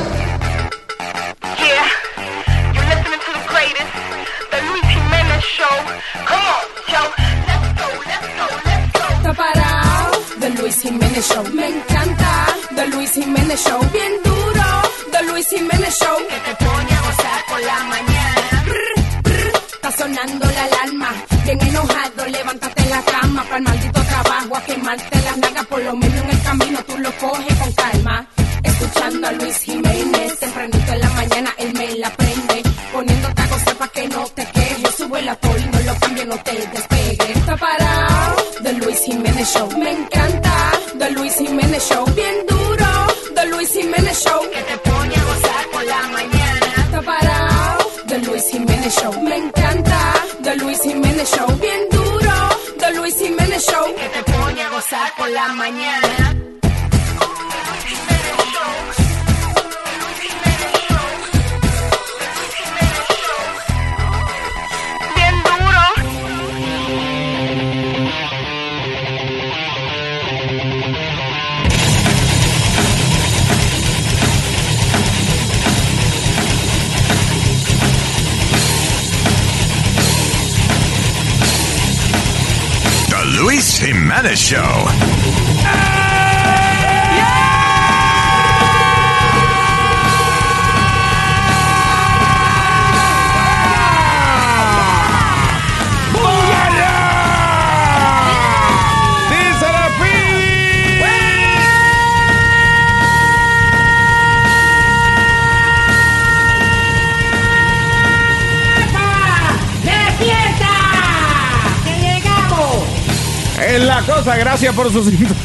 Yeah, you're listening to the greatest, the Luis Jiménez Show. Come on, yo, let's go, let's go, let's go. Está parado, The Luis Jiménez Show. Me encanta, The Luis Jiménez Show. Bien duro, The Luis Jiménez Show. Que te pone a gozar por la mañana. Brr, brr, está sonando la alarma. Bien enojado, levántate en la cama. Para el maldito trabajo, a quemarte las nalgas. Por lo menos en el camino tú lo coges con calma. Escuchando a Luis Jiménez, tempranito en la mañana él me la prende, poniéndote a gozar pa' que no te quejes, sube la poli, no lo cambie, no te despegue. Está parado, The Luis Jiménez Show. Me encanta, The Luis Jiménez Show. Bien duro, The Luis Jiménez Show. Que te pone a gozar por la mañana. Está parado, The Luis Jiménez Show. Me encanta, The Luis Jiménez Show. Bien duro, The Luis Jiménez Show. Que te pone a gozar por la mañana. Luis Jiménez Show. Es la cosa, gracias por su sintonía.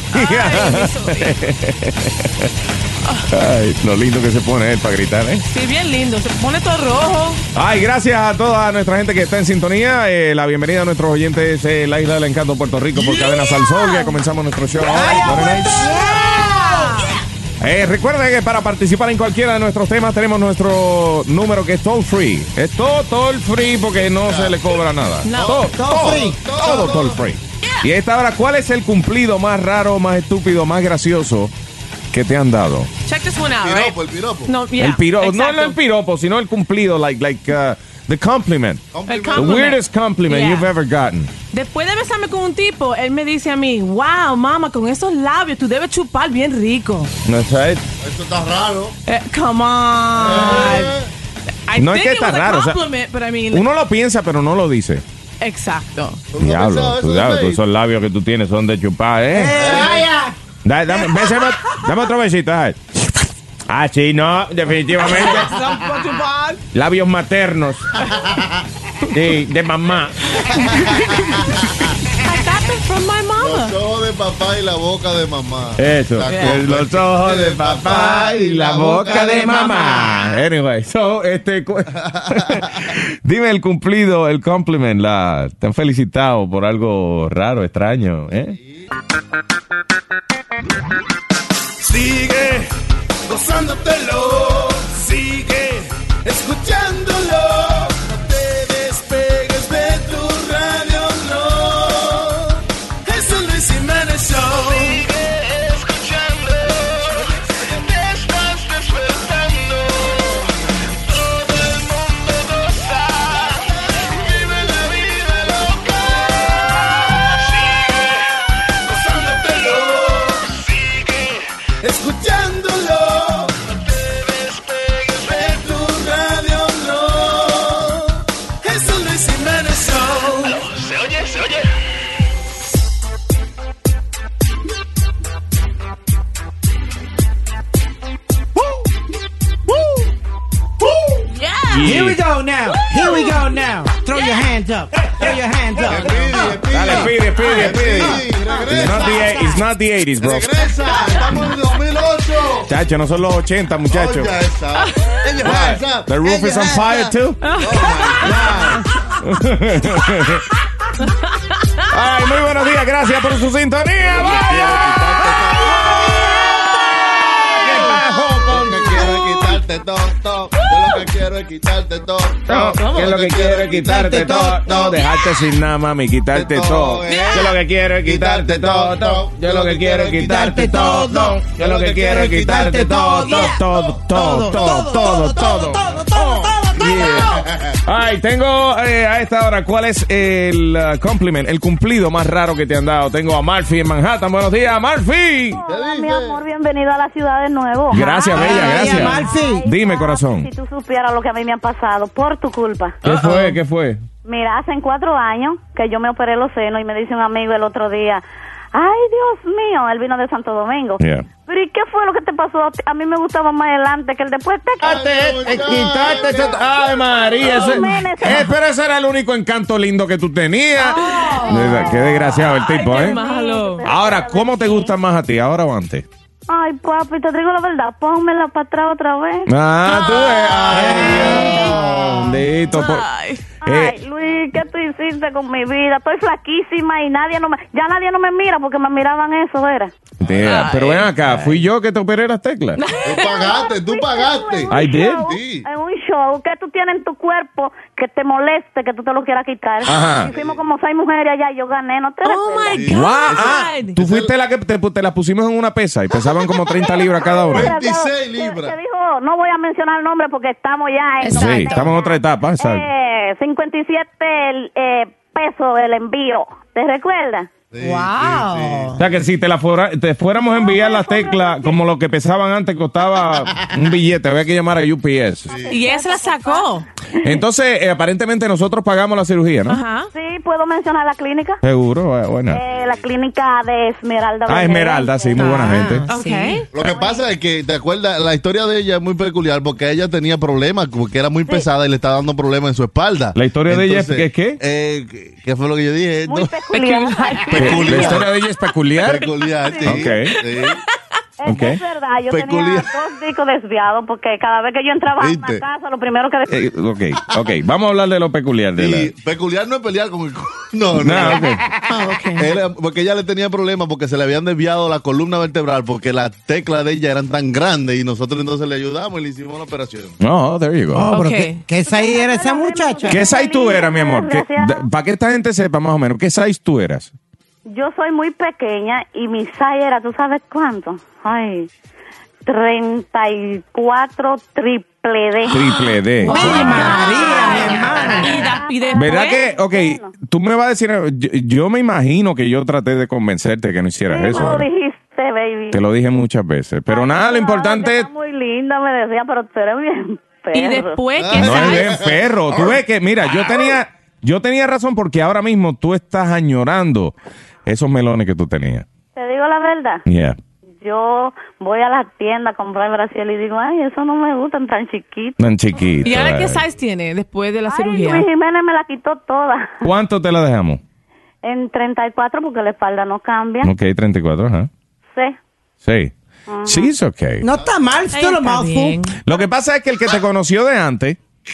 Ay, lo lindo que se pone él para gritar, ¿eh? Sí, bien lindo, se pone todo rojo. Ay, gracias a toda nuestra gente que está en sintonía. Eh, la bienvenida a nuestros oyentes en eh, la Isla del Encanto, Puerto Rico, por yeah. Cadena Salsol. Ya comenzamos nuestro show ahora. Eh, recuerden que para participar en cualquiera de nuestros temas tenemos nuestro número que es toll free. Es todo toll free porque no yeah. se le cobra nada. No. Todo, todo, todo free. Todo, todo toll free. Y a esta hora, ¿cuál es el cumplido más raro, más estúpido, más gracioso que te han dado? Check this one out, el piropo, right? el piropo. No, yeah, el piropo, exacto. no el piropo, sino el cumplido, like, like uh, the compliment. El The compliment. weirdest compliment Yeah. you've ever gotten. Después de besarme con un tipo, él me dice a mí, wow, mamá, con esos labios tú debes chupar bien rico. No sé. Esto está raro. Eh, come on. Eh. I No es think que it was está a raro, o sea, compliment, but I mean, Uno lo piensa, pero no lo dice. exacto. Diablo, cuidado, esos labios que tú tienes son de chupar, ¿eh? Vaya. Da- dame, bésame, dame otro besito. Ay. Ah, sí, no, definitivamente. Labios maternos. Sí, de mamá. From my mama. Los ojos de papá y la boca de mamá. Eso, Yeah. los ojos de papá y la boca de mamá. Anyway, so, este, cu- dime el cumplido, el compliment, la, te han felicitado por algo raro, extraño, ¿eh? Sigue gozándotelo, sigue escuchándolo. No te despegues de tu radio, no. Es el Luis Jiménez Show. Sigue escuchando, te estás despertando. Todo el mundo goza, vive la vida loca. Sigue gozándotelo, sigue escuchándolo. No te despegues de tu radio, no. Es el Luis Jiménez Show. Se oye, se oye. Yeah. Here we go now. Here we go now. Throw your hands up. Throw your hands up. Dale, pide, pide, pide. It's not the, it's not the eighties, bro. Regresa, estamos en el dos mil ocho. Chacho, no son los ochenta, muchachos. Oye, esa. Esa. The roof is on fire, too. Ay, muy buenos días, gracias por su sintonía. ¡Vaya! Que quiere quitarte quitarte todo, todo. Yo lo que quiero es quitarte todo, todo. Que lo que quiero es quitarte todo, no dejarte sin nada, mami, quitarte todo. Yo lo que quiero es quitarte todo, yo lo que quiero es quitarte todo, yo lo que quiero es quitarte todo, todo, todo, todo, todo, todo. Yeah. Ay, tengo eh, a esta hora, ¿cuál es el uh, compliment, el cumplido más raro que te han dado? Tengo a Murphy en Manhattan. Buenos días, Murphy. Hola, mi amor, bienvenido a la ciudad de nuevo. Gracias, bella, gracias. Ay, Dime, corazón. Si tú supieras lo que a mí me han pasado por tu culpa. ¿Qué fue? ¿Qué fue? Mira, hace cuatro años que yo me operé los senos y me dice un amigo el otro día, ay, Dios mío, él vino de Santo Domingo. Yeah. Pero ¿y qué fue lo que te pasó? A mí me gustaba más adelante que el después te... Quitarte, quitarte ese... Ay, María, ese... Eh, pero ese era el único encanto lindo que tú tenías. Oh. Qué desgraciado el tipo, Ay, ¿eh? Malo. Ahora, ¿cómo te gusta más a ti, ahora o antes? Ay, papi, te digo la verdad, pónmela para atrás otra vez. Ah, tú ves. Ay, Dios, bendito. Ay. Ay, Luis, ¿qué tú hiciste con mi vida? Estoy flaquísima y nadie no me, ya nadie no me mira porque me miraban eso, ¿era? Tía, pero ven acá, ¿fui yo que te operé las teclas? Tú pagaste, tú pagaste. I did. Sí. En un show que tú tienes en tu cuerpo que te moleste, que tú te lo quieras quitar. Ajá. Y fuimos como seis mujeres allá y yo gané, ¿no te Oh my God. Wow. Ah, tú fuiste la que te, te la pusimos en una pesa y pesaban como treinta libras cada una. veintiséis libras. Que dijo, no voy a mencionar el nombre porque estamos ya en... Sí, estamos en otra etapa, exacto. Eh, cincuenta y siete eh, pesos el envío. ¿Te recuerdas? Sí, Wow. sí, sí. O sea que si te la fuera, te fuéramos a enviar las teclas como lo que pesaban antes costaba un billete, había que llamar a U P S. Sí. Y ella se la sacó. Entonces, eh, aparentemente nosotros pagamos la cirugía, ¿no? Ajá. Sí, ¿puedo mencionar la clínica? Seguro, bueno. Eh, la clínica de Esmeralda. Ah, Esmeralda, sí, muy buena gente. Okay. Lo que pasa es que, ¿te acuerdas? La historia de ella es muy peculiar porque ella tenía problemas, porque era muy pesada y le estaba dando problemas en su espalda. ¿La historia Entonces, de ella es qué? Eh, ¿Qué fue lo que yo dije? Muy No. peculiar. Peculiar. ¿La historia de ella es peculiar? Peculiar, sí. Ok. Sí. Ok. Es verdad, yo Peculiar. tenía dos discos desviados porque cada vez que yo entraba a ¿Viste? una casa, lo primero que... Eh, ok, ok. Vamos a hablar de lo peculiar de Y la... peculiar no es pelear con el... co- No, no. No, ok. Oh, okay. Era- porque ella le tenía problemas porque se le habían desviado la columna vertebral porque las teclas de ella eran tan grandes y nosotros entonces le ayudamos y le hicimos la operación. No, there you go. Oh, pero Ok. ¿qué, qué size era esa muchacha? ¿Qué size tú eras, mi amor? Para que esta gente sepa más o menos, ¿qué size tú eras? Yo soy muy pequeña y mi size era, ¿tú sabes cuánto? Ay, treinta y cuatro triple D. Triple D. Wow. Ay, María, mi hermana. Y, da- y después, ¿Verdad que, ok, tú me vas a decir, yo, yo me imagino que yo traté de convencerte que no hicieras Sí, eso. tú lo ¿verdad? dijiste, baby. Te lo dije muchas veces. Pero nada, lo importante es... Está muy linda, me decía, pero tú eres bien perro. y después, ¿qué No es sabes? bien perro. Tú ves que, mira, yo tenía, yo tenía razón porque ahora mismo tú estás añorando esos melones que tú tenías. Te digo la verdad. Yeah. Yo voy a la tienda a comprar Brasil y digo, ay, eso no me gustan tan chiquitos. Tan chiquito. ¿Y ahora qué eh. size tiene después de la Ay, cirugía? Luis Jiménez me la quitó toda. ¿Cuánto te la dejamos? En treinta y cuatro porque la espalda no cambia. Ok, treinta y cuatro, ajá. Sí. Sí. Sí, es ok. No está mal, Ay, still a está mouthful. bien. Lo que pasa es que el que te conoció de antes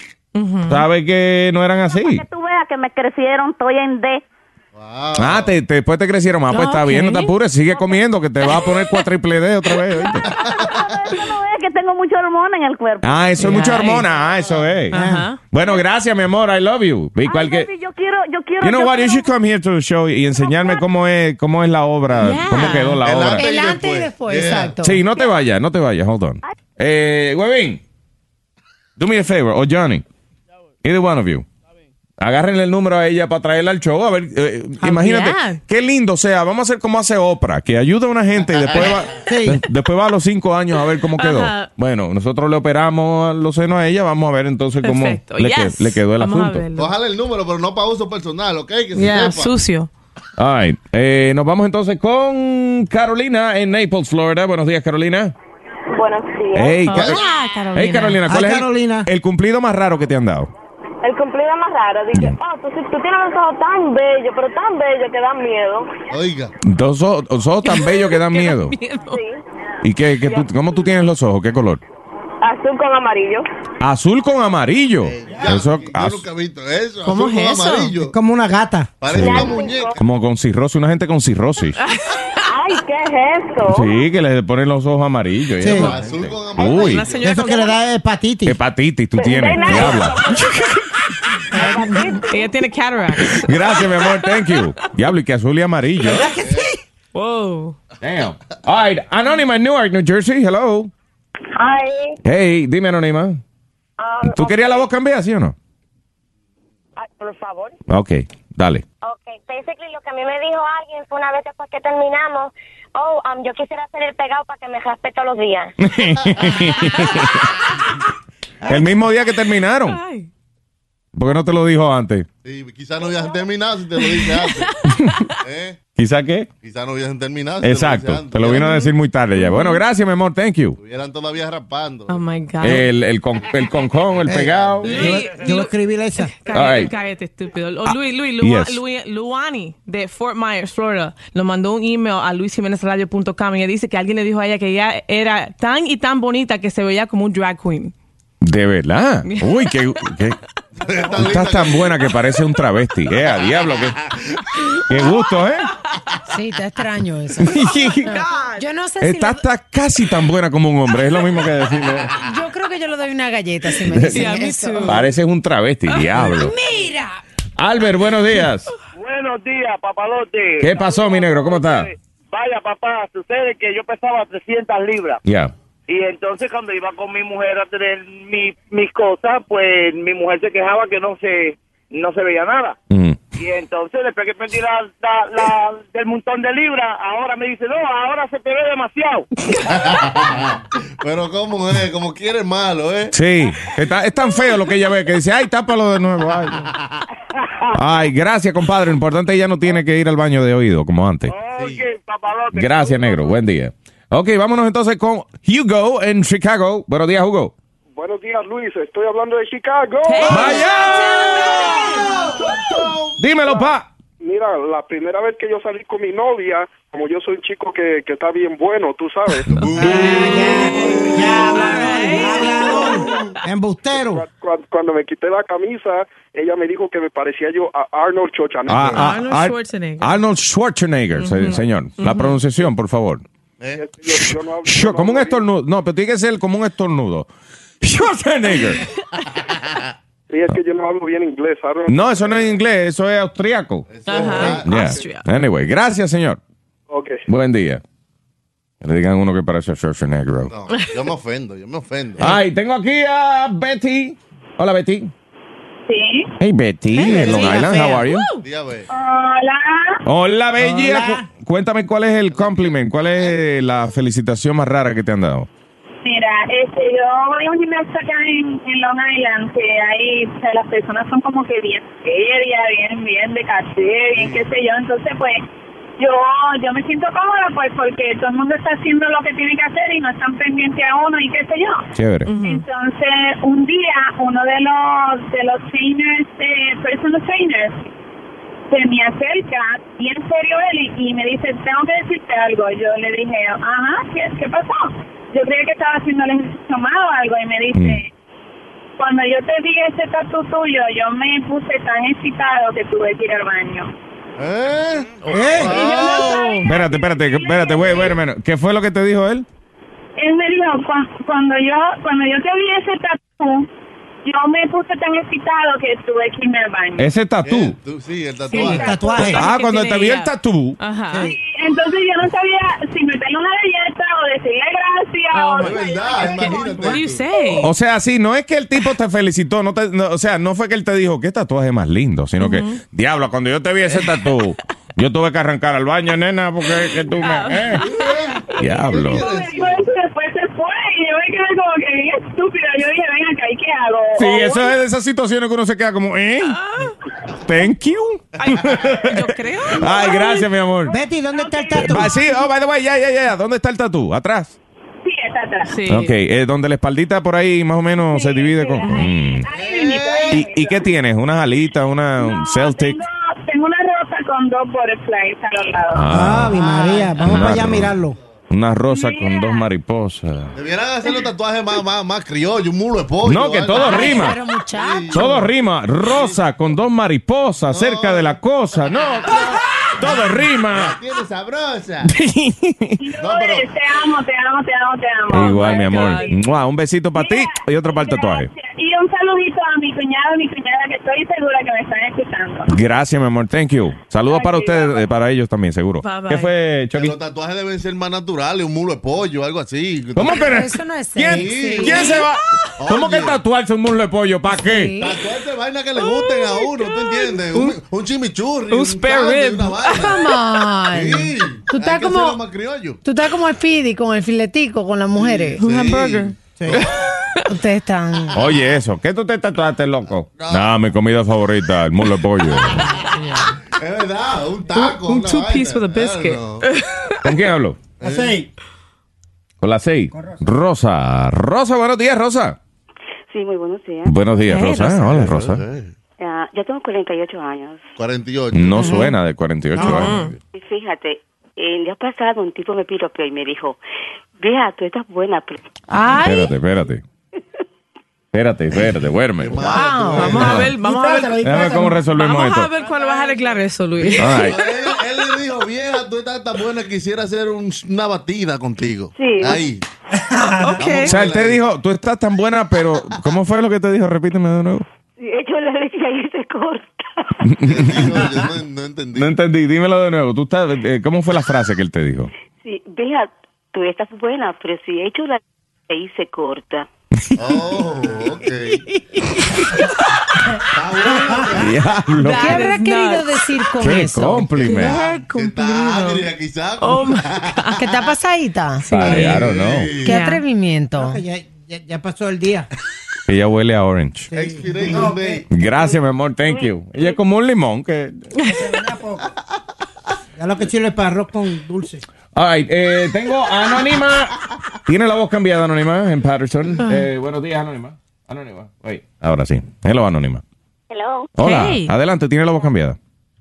sabe que no eran así. Para que tú veas que me crecieron, estoy en D. Ah, te, te- después te crecieron más. Pues está Ok. bien, no te apures. Sigue comiendo que te va a poner cuatriple D otra vez. ¿oíste? Eso no es que tengo mucha hormona en el cuerpo. Ah, eso es mucha Ay. hormona. Ah, eso es. Ajá. Bueno, gracias, mi amor. I love you. Y Ay, cualquier- baby, yo quiero, yo quiero. You know yo what? You quiero- should come here to the show y enseñarme cómo es, cómo es la obra, Yeah. cómo quedó la El obra. antes El antes y después, Yeah. exacto. Sí, no te vayas, no te vayas. Hold on. Eh, Webin, do me a favor, o Johnny, either one of you. Agárrenle el número a ella para traerla al show. A ver, eh, Oh, imagínate, yeah. qué lindo sea. Vamos a hacer como hace Oprah, que ayuda a una gente y después va, Sí. de- después va a los cinco años a ver cómo quedó. Ajá. Bueno, nosotros le operamos los senos a ella, vamos a ver entonces cómo Perfecto. le, Yes. que- le quedó el Vamos a asunto. verlo. Ojalá el número, pero no para uso personal, ¿ok? Que se Yeah, sepa. sucio. All right. Eh, nos vamos entonces con Carolina en Naples, Florida. Buenos días, Carolina. Buenos días. Hey, Ca- Hola, Carolina. Hey, Carolina, ¿cuál Hi, es el- Carolina. El, cumplido más raro que te han dado? El cumplido más raro. Dije, oh, tú, tú tienes los ojos tan bellos, pero tan bellos que dan miedo. Oiga. Dos ojos, dos ojos tan bellos que dan miedo. Miedo. Sí. ¿Y qué, qué tú- cómo tú tienes los ojos? ¿Qué color? Azul con amarillo. Azul con amarillo. Ya, Eso, yo az- nunca he visto eso. ¿Cómo azul es con eso? amarillo. Como una gata. Parece Sí. una muñeca. como con cirrosis, una gente con cirrosis. Ay, Ay, ¿qué es eso? Sí, que le ponen los ojos amarillos. Sí. Eso. Azul con amarillo. Uy. Una señora Eso con- que le da hepatitis. Hepatitis tú tienes. nada. Diablo. Ella tiene cataracts. Gracias, mi amor. Thank you. Diablo, y que azul y amarillo. Wow. Damn. All right. Anónima en Newark, New Jersey. Hello. Hi. Hey, dime, Anónima. Um, ¿Tú querías la voz cambiar, sí o no? ah, por favor. Ok, dale. Ok, basically lo que a mí me dijo alguien fue una vez después que terminamos, oh, um, yo quisiera hacer el pegado para que me raspe todos los días. El mismo día que terminaron. Ay. ¿Por qué no te lo dijo antes? Sí, quizás no hubiesen terminado si te lo dije antes. ¿Eh? ¿Quizá qué? Quizás no hubiesen terminado. Si Exacto. Te lo, dije Te lo vino a decir muy tarde ya. Bueno, gracias, mi amor. Thank you. Estuvieran todavía rapando. Oh my God. El, el, con, el concón, el pegado. Yo, yo voy a escribir esa. Cállate, All right. cállate, estúpido. Oh, Luis, Luis, Lua- Yes. Luis- Luani de Fort Myers, Florida, lo mandó un email a luis jiménez radio punto com y ella dice que alguien le dijo a ella que ella era tan y tan bonita que se veía como un drag queen. De verdad. Uy, qué. qué tú estás tan buena que parece un travesti. Eh, a diablo. Qué, qué gusto, ¿eh? Sí, está extraño eso. No, yo no sé si Estás le- estás casi tan buena como un hombre. Es lo mismo que decirle. yo creo que yo le doy una galleta si me dicen Yeah, me eso. too. Pareces un travesti, diablo. Mira. Albert, buenos días. Buenos días, papalote. ¿Qué pasó, mi negro? ¿Cómo estás? Vaya, papá, sucede que yo pesaba trescientas libras. Ya. Y entonces cuando iba con mi mujer a tener mi, mis cosas, pues mi mujer se quejaba que no se no se veía nada. Mm. Y entonces después que perdí la, la, la- del montón de libras, ahora me dice, no, ahora se te ve demasiado. Pero como es, como quiere malo, ¿eh? Sí, está, es tan feo lo que ella ve que dice, ay, tápalo de nuevo. Ay, ay, gracias, compadre. Lo importante es que ella no tiene que ir al baño de oído como antes. Ok, papalote. Gracias, negro. Buen día. Ok, vámonos entonces con Hugo en Chicago. Buenos días, Hugo. Buenos días, Luis. Estoy hablando de Chicago. Dímelo, pa. Mira, la primera vez que yo salí con mi novia, como yo soy un chico que, que está bien bueno, tú sabes. Embustero. Cu- cu- Cuando me quité la camisa, ella me dijo que me parecía yo a Arnold Schwarzenegger. Ah, ah, Arnold Ar- Schwarzenegger. Arnold Schwarzenegger, se- señor. La pronunciación, por favor. Yo- yo no hablo- Sh- yo no como un hablo estornudo. No, pero tiene que ser como un estornudo. Schwarzenegger. bien- Sí, es que yo no hablo bien inglés. Arnold- No, eso no es inglés, eso es austriaco. Ajá. Yeah. Austria. Anyway, gracias, señor. Ok. Buen día. Que le digan a uno que parece a Schwarzenegger. No, yo me ofendo, yo me ofendo. Ay, tengo aquí a Betty. Hola, Betty. Sí. Hey, Betty. Hey, Long Betty, Island, fea. how are you? Dígame. Hola. Hola, bella. Hola. Cu- Cuéntame cuál es el compliment, cuál es la felicitación más rara que te han dado. Mira, este, yo voy a un gimnasio acá en, en Long Island, que ahí, o sea, las personas son como que bien serias, bien, bien de caché, bien qué sé yo, entonces pues yo yo me siento cómoda pues porque todo el mundo está haciendo lo que tiene que hacer y no están pendientes a uno y qué sé yo. Chévere. Entonces, un día, uno de los de los trainers, eh, personal trainers, se me acerca, bien serio él, y, y me dice, tengo que decirte algo. Yo le dije, ajá, ¿qué, qué pasó? Yo creía que estaba haciendo el ejercicio mal o algo, y me dice, cuando yo te di ese tatu tuyo, yo me puse tan excitado que tuve que ir al baño. ¿Eh? ¿Eh? Espérate, espérate, espérate, güey, güey, hermano. ¿Qué fue lo que te dijo él? Él me dijo, "Cu- cuando yo cuando yo te vi ese tatu, yo me puse tan excitado que tuve que irme al baño. Ese tatú. Tú, sí, el Sí, tatuaje. el tatuaje. Ah, que cuando tiene te vi el ella. tatú. Ajá. Sí, entonces yo no sabía si meterle una galleta o decirle gracias o... Es verdad, imagínate. What do you say? O sea, sí, no es que el tipo te felicitó, no te, no, o sea, no fue que él te dijo, qué tatuaje más lindo, sino que, diablo, cuando yo te vi ese tatú, yo tuve que arrancar al baño, nena, porque que tú me... eh. Diablo. Me dijo eso y después se fue y yo me quedé como que bien estúpida. Yo dije, ven acá, ¿y qué hago? Sí, O, eso es de esas situaciones que uno se queda como, ¿eh? Thank you. Yo creo. Ay, gracias, mi amor. Betty, ¿dónde está el tatu? Ah, sí, oh, by the way, ya, ya, ya. ¿Dónde está el tatú? ¿Atrás? Sí, está atrás. Sí. Ok, eh, donde la espaldita por ahí más o menos se divide con... Mm. ¿Y, ¿Y qué tienes? ¿Unas alitas? ¿Una un Celtic? Tengo, tengo una rosa con dos butterflies a los lados. Ah, Ave María, vamos Una para allá a ro- mirarlo. Una rosa con dos mariposas. Debieran hacer los tatuajes más, más, más criollos, un mulo de pollo. No, que algo. todo rima. Pero muchacho. Todo rima. Rosa con dos mariposas cerca de la cosa. No. Todo rima. Tienes sabrosa. Luis, te amo, te amo, te amo, te amo. Igual, mi amor. Mua, un besito para ti y otro para el tatuaje. Y un saludito a mi cuñado y mi cuñada, que estoy segura que me están escuchando. Gracias, mi amor. Thank you. Saludos para ustedes, eh, para ellos también, seguro. Bye, bye. ¿Qué fue, Que Chucky? los tatuajes deben ser más naturales, un mulo de pollo, algo así. ¿Cómo que no? Eso no es ¿Quién, sexy. ¿quién se va? ¿Cómo Oye. que tatuarse un muslo de pollo? ¿Para qué? Tatuarse vaina que le gusten a uno, ¿tú entiendes? Un, un chimichurri, un un spare sándwich, rib. una vaina. Come on. Sí, Tú estás hay que como- hacerlo más criollo. Tú estás como el Speedy con el filetico con las mujeres. Un hamburger. Ustedes están. Oye, eso. ¿Qué tú te tatuaste, loco? No, mi comida favorita, el muslo de pollo. Es verdad, un taco. Un una two vaina. piece with a biscuit. Claro. ¿Con quién hablo? Así. Con la seis. Rosa. Rosa, buenos días, Rosa. Sí, muy buenos días. Buenos días, Hey, Rosa. Rosa. Hola, Rosa. Ah, yo tengo cuarenta y ocho años. cuarenta y ocho. No suena de cuarenta y ocho años. Y fíjate, el día pasado un tipo me piropeó y me dijo, vieja, tú estás buena. Pero... Espérate, espérate. Espérate, espérate, duerme. Wow. Vamos a ver, vamos a ver. Déjame ver cómo resolvemos Vamos a esto. ver cuándo vas a arreglar eso, Luis. All right. Él, él le dijo, vieja, tú estás tan buena, quisiera hacer un- una batida contigo. Sí. Ahí. O sea, él te dijo, tú estás tan buena, pero ¿cómo fue lo que te dijo? Repíteme de nuevo. Sí, hecho la leche y ahí se corta. no, entendí. No entendí, dímelo de nuevo. ¿Tú estás, eh, ¿Cómo fue la frase que él te dijo? Sí, vieja, tú estás buena, pero si hecho la leche ahí se corta. Oh, ok. Diablo. ¿Qué habrá querido decir con Qué eso? compliment. Agria, quizás. Oh, ¿Que está pasadita? Ay, I don't know. Qué atrevimiento. Ya, ya, ya pasó el día. Ella huele a orange. Expiration date. Gracias, mi amor, thank you. Ella es como un limón que... Ya lo que chile para arroz con dulce. All right, eh, tengo a Anónima. Tiene la voz cambiada, Anónima, en Patterson. Eh, buenos días, Anónima. Anónima. Wait. Ahora sí. Hello, Anónima. Hello. Hola. Hey. Adelante, tiene la voz cambiada.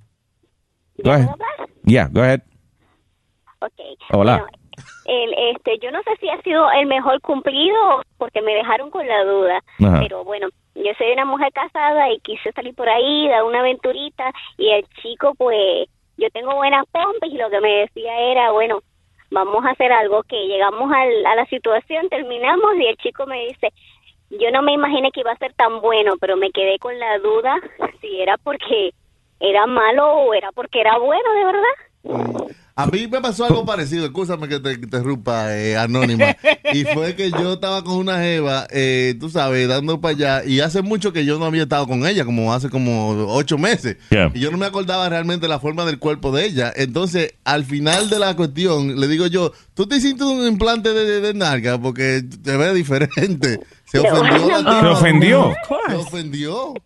Go ahead. Yeah, go ahead. Okay. Hola. Bueno, el, este, yo no sé si ha sido el mejor cumplido porque me dejaron con la duda. Ajá. Pero bueno, yo soy una mujer casada y quise salir por ahí, dar una aventurita y el chico, pues, yo tengo buenas pompas y lo que me decía era, bueno, vamos a hacer algo, que llegamos al, a la situación, terminamos y el chico me dice, yo no me imaginé que iba a ser tan bueno, pero me quedé con la duda si era porque era malo o era porque era bueno, de verdad. A mí me pasó algo parecido, escúchame que te interrumpa, eh, Anónima. Y fue que yo estaba con una jeva, eh, tú sabes, dando para allá, y hace mucho que yo no había estado con ella, como hace como ocho meses. Yeah. Y yo no me acordaba realmente la forma del cuerpo de ella. Entonces, al final de la cuestión, le digo yo, ¿tú te hiciste un implante de, de, de nalga? Porque te ves diferente. Se ofendió la tipa. ¿Se ofendió? Se ofendió.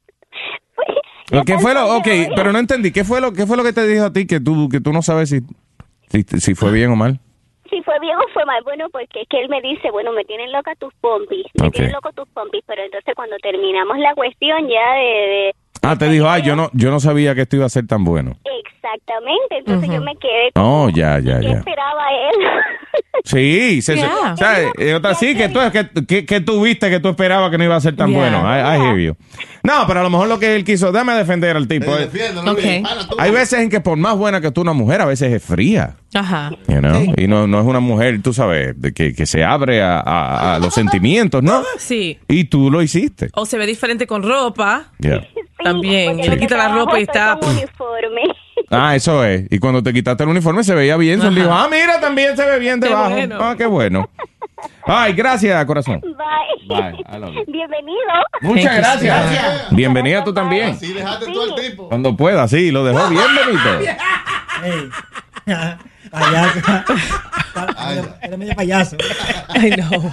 ¿Qué fue lo? Ok, pero no entendí. ¿Qué fue lo, qué fue lo que te dijo a ti que tú, que tú no sabes si, si, si fue bien o mal? Si fue bien o fue mal, bueno, porque es que él me dice, bueno, me tienen loca tus pompis, me Ok. tienen loco tus pompis, pero entonces cuando terminamos la cuestión ya de... de Ah, te dijo, ah, yo no, yo no sabía que esto iba a ser tan bueno. exactamente, entonces yo me quedé... Oh, ya, ya, ¿Qué ya. esperaba él? Sí, se, se- Yeah. o sea, eh, otra sí, que tú, que, que, que tú viste que tú esperabas que no iba a ser tan Yeah. bueno. I, I hear you. No, pero a lo mejor lo que él quiso, déjame defender al tipo. eh. Okay. Hay veces en que por más buena que tú una mujer, a veces es fría. Ajá. You know? Y no, no es una mujer, tú sabes, de que, que se abre a, a- a los sentimientos, ¿no? Sí. Y tú lo hiciste. O se ve diferente con ropa. Yeah. También. porque Le lo quita que la ropa y está... trabajo soy como uniforme. Ah, eso es. Y cuando te quitaste el uniforme se veía bien. Él dijo, ah, mira, también se ve bien Qué debajo. bueno. Ah, qué bueno. Ay, gracias, corazón. Bye. Bye, I love you. Bienvenido. Muchas gracias. Bienvenida tú también. Así dejaste tú al tipo. Cuando pueda, sí, lo dejó bien bonito. Payaso. Era medio payaso. I know.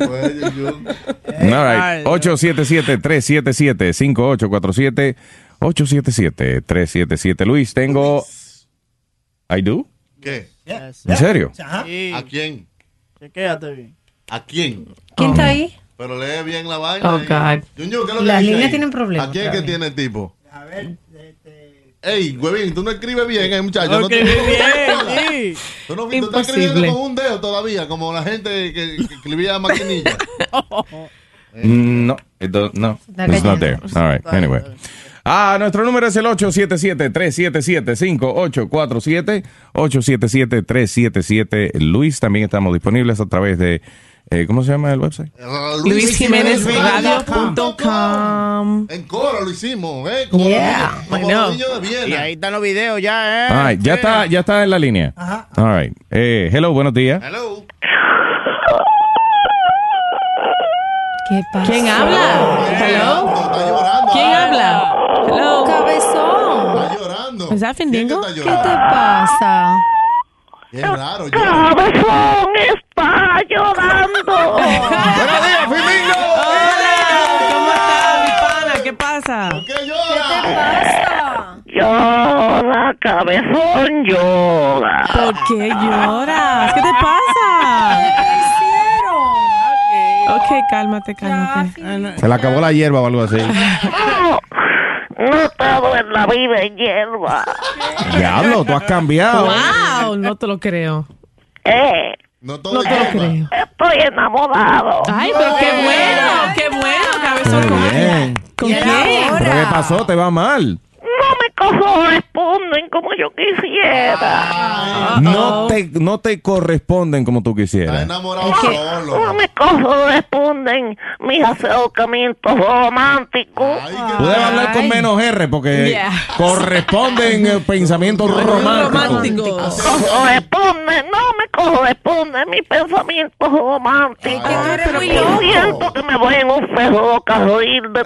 All right. ocho siete siete, tres siete siete, cinco ocho cuatro siete. ocho siete siete, tres siete siete. Luis, tengo... ¿I do? ¿Qué? ¿En serio? ¿A quién? Chequéate bien. ¿A quién? ¿Quién está ahí? Pero lee bien la vaina. Oh, ahí. God. Ñuñu, ¿qué es lo que Las dice líneas ahí? tienen problemas ¿A quién que también. tiene el tipo? A ver, Ey, huevín, tú no escribes bien, eh, muchacho. No Ok, bien, sí. Tú no tú estás escribiendo Imposible. con un dedo todavía, como la gente que, que escribía a maquinilla. Mm, No, it does- no. Está It's not there. cayendo. All right. Anyway. Ah, nuestro número es el ocho siete siete, tres siete siete, cinco ocho cuatro siete, ocho siete siete, tres siete siete, Luis. También estamos disponibles a través de, eh, ¿cómo se llama el website? Luis Jiménez Radio punto com. En coro lo hicimos, ¿eh? Como, Yeah, los, como I know. los niños de Viena. Y ahí están los videos ya, ¿eh? All right, ya está, ya está en la línea. Ajá. All right. Eh, hello, buenos días. Hello. ¿Qué pasa? ¿Quién habla? Hello. Está llorando. ¿Quién habla? Hello. Cabezón. Está llorando. ¿Es that Findingo? ¿Quién que ¿Qué está te llorando? pasa? Es raro. Llora. Cabezón está llorando. Buenos días, Findingo. Hola. ¿Cómo estás, mi pana? ¿Qué pasa? ¿Por qué ¿Qué llora? te pasa? Llora, cabezón, llora. ¿Por qué lloras? ¿Qué te pasa? ¿Qué hicieron? Ok, cálmate, cálmate. Se le acabó la hierba o algo así. No, no todo en la vida es hierba. Diablo, tú has cambiado. Wow, no te lo creo. Eh, No todo No es te lo hierba. creo. estoy enamorado. Ay, pero qué bueno, qué bueno, cabezón. Muy bien. ¿Con Y quién? ahora. ¿Pero qué pasó? ¿Te va mal? No me corresponden como yo quisiera. No te, no te corresponden como tú Está quisieras. enamorado No solo. me corresponden mis acercamientos románticos. Ay, qué Tú debes hablar con Ay. menos R porque Yeah. corresponden eh, pensamientos románticos. Romántico. Corresponden, no me corresponden mis pensamientos románticos. Es que tú eres muy Y loco. siento que me voy en un ferroca a reír de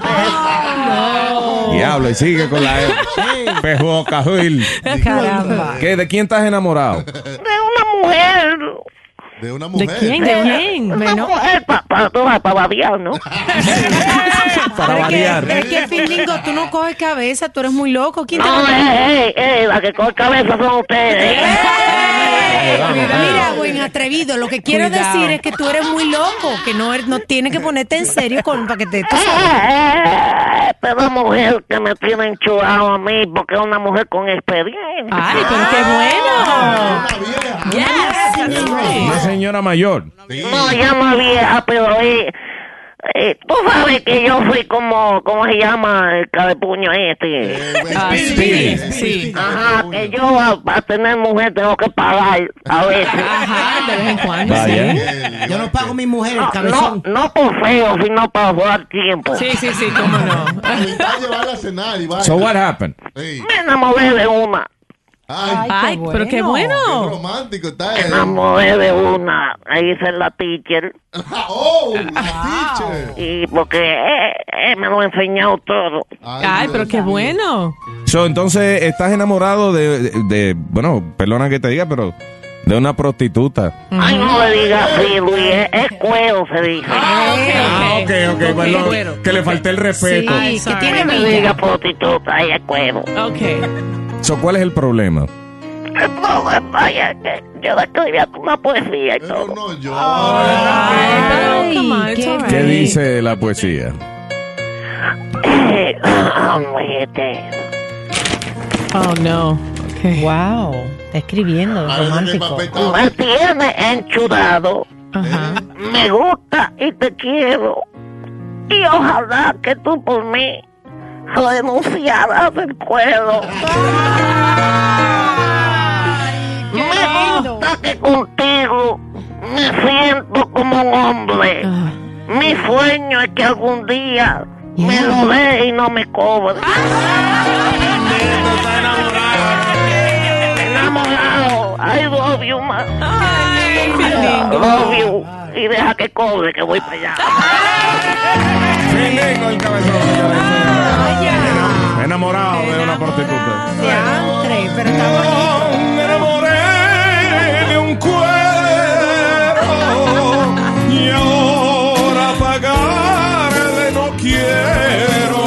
tristeza. Diablo, y sigue con la pejo cajuil. Caramba. ¿Qué? ¿De quién estás enamorado? De una mujer. De una ¿De mujer. quién? ¿De quién? Una Bueno, mujer para pa, pa, pa variar, ¿no? Para Pero es que, variar. es que, Findingo, tú no coges cabeza, tú eres muy loco. ¿Quién te No, va a eh, eh, eh, la que con cabeza son ustedes. Mira, buen atrevido, lo que quiero Cuidado. decir es que tú eres muy loco, que no, eres- no tienes que ponerte en serio con para que te... tú sabes. Eh, pero mujer que me tiene enchulado a mí porque es una mujer con experiencia. ay, pero qué bueno. Una vieja. Yes, that's right. Una señora mayor. No, ya no vieja, pero eh, eh, tú sabes que yo fui como, ¿cómo se llama el cabepuño este? Ah, Speedy. sí, sí. Ajá, que yo a, a tener mujer tengo que pagar a veces. Ajá, de vez en cuando, Vaya. sí. Yo no pago mi mujer, el No, no, cabezón. no por feo, sino para jugar tiempo. Sí, sí, sí, cómo no. Necesitas llevarla a cenar y vaya. So what happened? Sí. Me enamoré de una. Ay, Ay, pero qué qué bueno. romántico está Me él. enamoré de una. Ahí dice la teacher. Oh, la teacher. Y porque eh, eh, me lo ha enseñado todo. Ay, pero qué bueno. So, entonces, estás enamorado de, de, de- bueno, perdona que te diga, pero de una prostituta. Ay, no le digas así, Luis. Es, es cuero, se dice. Ah, ok, ok, perdón. Que le falté el respeto. Ay, No le digas prostituta, ella es cuero. Ok. So, ¿cuál es el problema? El problema es que yo le escribía una poesía y todo. No, yo. Ay, come on, it's all ¿Qué right. dice la poesía? Eh, ah, este, Oh, no. Okay. Wow, está escribiendo, romántico. me tiene enchudado. Ajá. Me gusta y te quiero. Y ojalá que tú por mí renunciaras del cuero. Me gusta que contigo me siento como un hombre. Mi sueño es que algún día me lo dé y no me cobre. Enamorado. I love you, man. Ay, Findingo. Love you. Y deja que cobre, que voy para allá. Findingo, el cabezón, señores y señores. Enamorado de una prostituta. Diantre, pero está bonito. Me enamoré de un cuero y ahora pagarle no quiero.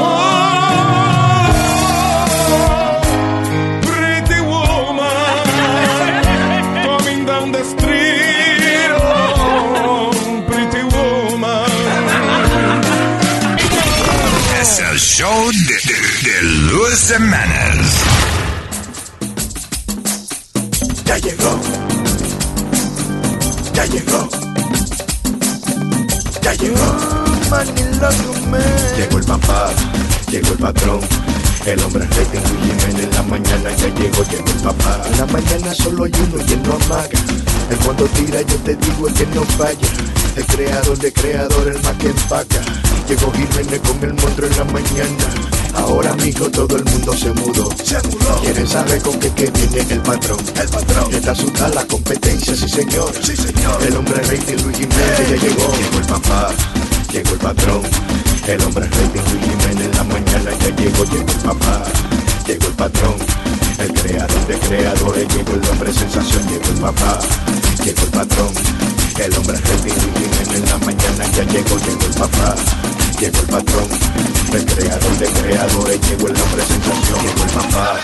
Pretty woman coming down the street, oh, pretty woman. Es el show de, de, de Luis Jiménez. Ya llegó. Ya llegó. Ya llegó. Llegó el papá. llegó el patrón. El hombre rating Luis Jiménez, en la mañana ya llegó, llegó el papá. En la mañana solo hay uno y él no amaga. Él cuando tira yo te digo el que no falla. El creador de creador, el más que empaca. Llegó Jiménez con el monstruo en la mañana. Ahora mijo todo el mundo se mudó. Se mudó. ¿Quieren saber con qué que viene el patrón? El patrón. Está asustada la competencia, sí señor. Sí señor. El hombre rating Luis Jiménez ya llegó. Llegó el papá, llegó el patrón. El hombre rating Luis Jiménez, en la mañana ya llegó, llegó el papá, llegó el patrón. El creador de creadores, llegó el hombre sensación, llegó el papá, llegó el patrón. El hombre rating Luis Jiménez, en la mañana ya llegó, llegó el papá, llegó el patrón. El creador de creadores, llegó el hombre sensación, llegó el papá.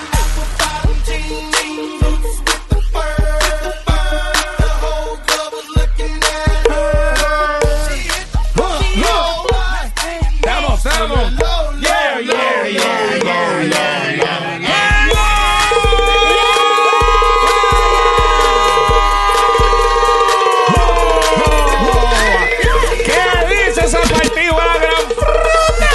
Estamos, yeah, yeah, yeah, yeah, yeah, yeah, yeah. ¿Qué dice esa partida, la gran fruta?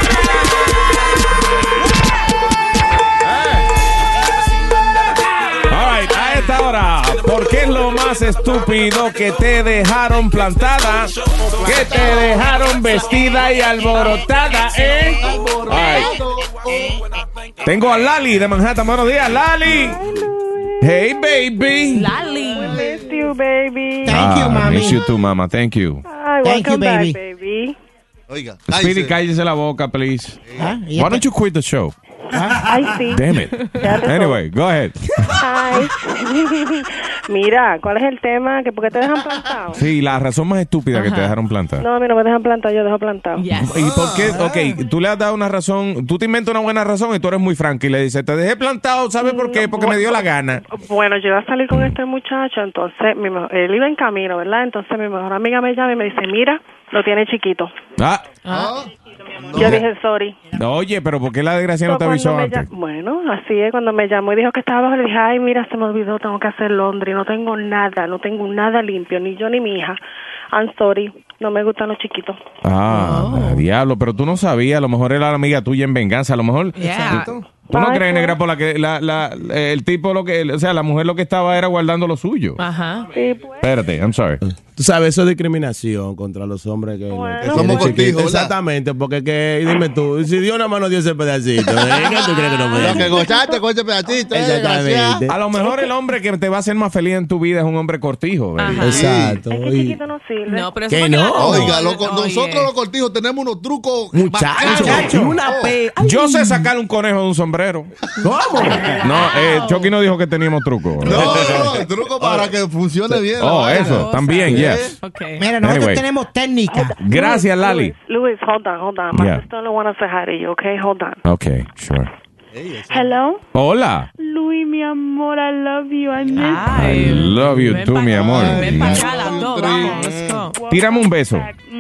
All right, a esta hora, ¿por qué es lo más estúpido que te dejaron plantada? Que te dejaron vestida y alborotada, ¿eh? All right. Tengo a Lali de Manhattan. Buenos días, Lali. Hey, baby. Lali. We missed you, baby. Thank you, mami. Miss you too, mama. Thank you. Hi, Thank you, welcome baby. back, baby. Oiga, Speedy, cállese la boca, please. Ah, y Why este- don't you quit the show? Ay, sí. Damn it. Ya te Anyway, go ahead. Hi. Mira, ¿cuál es el tema? ¿Que ¿Por qué te dejan plantado? Sí, la razón más estúpida que te dejaron plantar. No, a mí no me dejan plantado, yo dejo plantado. ¿Y por qué? Ok, tú le has dado una razón, tú te inventas una buena razón y tú eres muy franca y le dices, te dejé plantado, ¿sabes por qué? Porque me dio la gana. Bueno, yo iba a salir con este muchacho, entonces mi mejor- él iba en camino, ¿verdad? Entonces mi mejor amiga me llama y me dice, mira, lo tiene chiquito. Ah, Yo dije, sorry. oye, pero ¿por qué la desgracia no te Cuando avisó me antes? llam- Bueno, así es, cuando me llamó y dijo que estaba abajo, le dije, ay, mira, se me olvidó, tengo que hacer laundry, no tengo nada, no tengo nada limpio, ni yo ni mi hija. I'm sorry, no me gustan los chiquitos. Ah, diablo, pero tú no sabías, a lo mejor era la amiga tuya en venganza, a lo mejor... Yeah. ¿Tú, tú no Ay, crees, pues. negra, por la que la, la, el tipo, lo que, o sea, la mujer lo que estaba era guardando lo suyo? Ajá. Sí, pues. Espérate, I'm sorry. Tú sabes, eso es discriminación contra los hombres que, Bueno. que Somos tienen contigo, chiquitos. ¿verdad? Exactamente, porque que, dime tú, si Dios nada más nos dio ese pedacito, ¿eh? ¿Qué tú crees que no me Lo que gozaste con ese pedacito, eh, Exactamente. desgraciado. A lo mejor el hombre que te va a hacer más feliz en tu vida es un hombre cortijo. ¿verdad? Ajá. Exacto. Es que Y- chiquito no sirve. No, pero eso ¿Qué fue que no? la- Oiga, loco, Oye. nosotros los cortijos tenemos unos trucos. Muchacho, bacanos. y una pe... Ay, Yo sé sacar un conejo de un sombrero. ¿Cómo? No, eh, Chucky no dijo que teníamos truco. No, no, el truco para que funcione bien. la Oh, vaina. eso, también, Sí. yes. Okay. Mira, nosotros Anyway. tenemos técnica. Gracias, Lali. Luis, hold on, hold on. My Yeah. sister only want to say hi to you, okay? Hold on. Okay, sure. Hello? Hola. Luis, mi amor, I love you. I miss Ay, I love you ven too, pa' mi acá, amor. Ven para acá, las dos, vamos, let's go. Tírame un beso.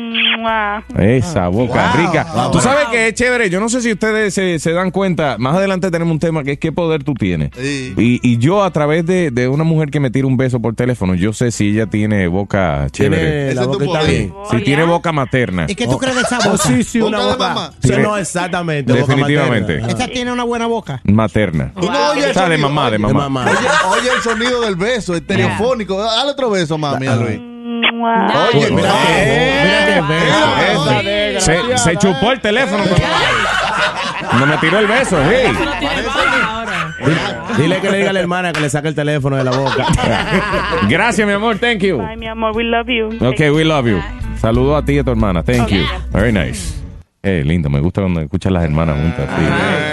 Mua. Esa boca Wow. rica. Wow. Tú sabes que es chévere. Yo no sé si ustedes se, se dan cuenta. Más adelante tenemos un tema que es qué poder tú tienes. Sí. Y, y yo, a través de, de una mujer que me tira un beso por teléfono, yo sé si ella tiene boca chévere. Tiene Ese la es tu boquita poder. bien. Si tiene boca materna. ¿Y qué tú crees de esa Oh, boca? sí, sí, una Boca de boca. mamá. Sí, Tiene- no, exactamente. boca Definitivamente. materna. Esa tiene una buena boca. Materna. Tú no oyes el O sea, de sonido, mamá, de oye. De mamá. mamá. Oye, oye el sonido del beso, estereofónico. Dale otro beso, mami, a Luis. Mua. Oye, mira Wow. que- Mira qué beso. Esa Se, se chupó el teléfono cuando, cuando me tiró el beso. Sí. No tiene boca ahora. Dile- Dile que le diga a la hermana que le saque el teléfono de la boca. Gracias, mi amor. Thank you. Bye, mi amor, we love you. Okay, we love you. Saludo a ti y a tu hermana. Thank you. Very nice. Eh, lindo, me gusta cuando escuchas las hermanas juntas. Sí.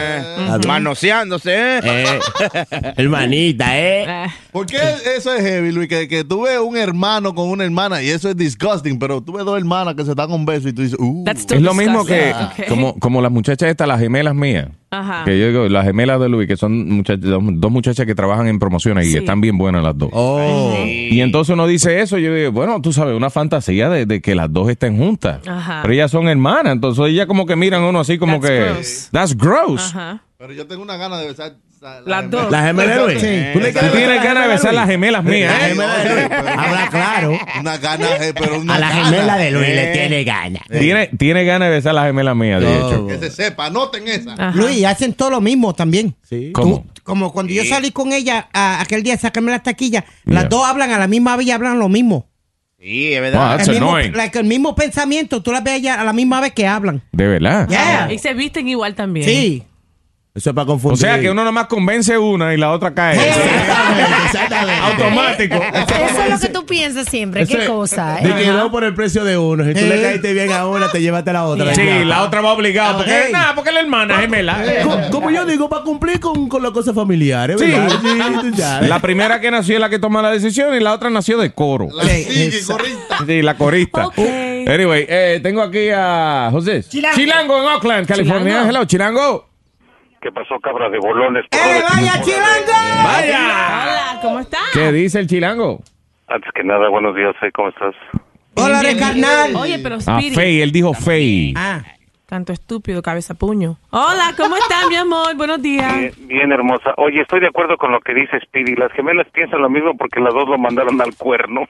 Manoseándose, ¿eh? Eh, hermanita, ¿eh? Eh, ¿Por qué eso es heavy, Luis? Que, que tú ves un hermano con una hermana y eso es disgusting, pero tú ves dos hermanas que se dan un beso y tú dices, uh. that's still Es lo mismo que disgusting. Okay. como, como las muchachas estas, las gemelas mías. Ajá. Que yo digo, las gemelas de Luis, que son muchachas, dos, dos muchachas que trabajan en promociones y Sí. están bien buenas las dos. Oh. Y entonces uno dice eso, yo digo, bueno, tú sabes, una fantasía de, de que las dos estén juntas. Ajá. Pero ellas son hermanas, entonces ellas como que miran a uno así como That's que... gross. That's gross. Ajá. Pero yo tengo una gana de besar Las dos. La gemela de Luis. Sí. ¿Tú le Tú quieres tienes ganas de besar las gemelas mías. La ¿eh? gemela de Luis. Habla claro. Una gana, eh, pero una A la gana. gemela de Luis Eh. le tiene ganas. Tiene, tiene ganas de besar las gemelas mías, de hecho. Que se sepa, anoten esa. Luis, y hacen todo lo mismo también. Sí. ¿Cómo? Como cuando yo salí con ella a, aquel día a sacarme las taquillas, Yeah. las dos hablan a la misma vez y hablan lo mismo. Sí, es Wow, that's el, mismo, annoying. like, el mismo pensamiento, tú las ves allá a la misma vez que hablan. De verdad. Yeah. Y se visten igual también. Sí. Eso es para O confundir. sea que uno nomás convence una y la otra cae. Exactamente, exactamente. Automático. Eso es lo que tú piensas siempre. Eso Qué es- cosa, De ¿eh? que no por el precio de uno. Si tú le caíste bien a una, te llevaste a la otra. Sí, Ya. la otra va obligada. Porque, Hey. nada, porque la hermana gemela. Co- Como yo digo, para cumplir con, con las cosas familiares, Sí. ¿verdad? Sí, tú sabes. La primera que nació es la que toma la decisión y la otra nació de coro. La sigue, corrista. Sí, la corista. Ok. Anyway, eh, tengo aquí a José. Chilango. en Oakland, California. Chilango. Hello, Chilango. ¿Qué pasó, cabra de bolones? ¡Eh, vaya, Chilango! Vaya. Hola, ¿cómo estás? ¿Qué dice el Chilango? Antes que nada, buenos días, Fey, ¿cómo estás? Hola, de carnal. Oye, pero Ah, Spirit, Fey, él dijo Fey. Ah. tanto estúpido, cabeza puño. Hola, ¿cómo estás, mi amor? Buenos días. Bien, bien, hermosa. Oye, estoy de acuerdo con lo que dice Speedy. Las gemelas piensan lo mismo porque las dos lo mandaron al cuerno.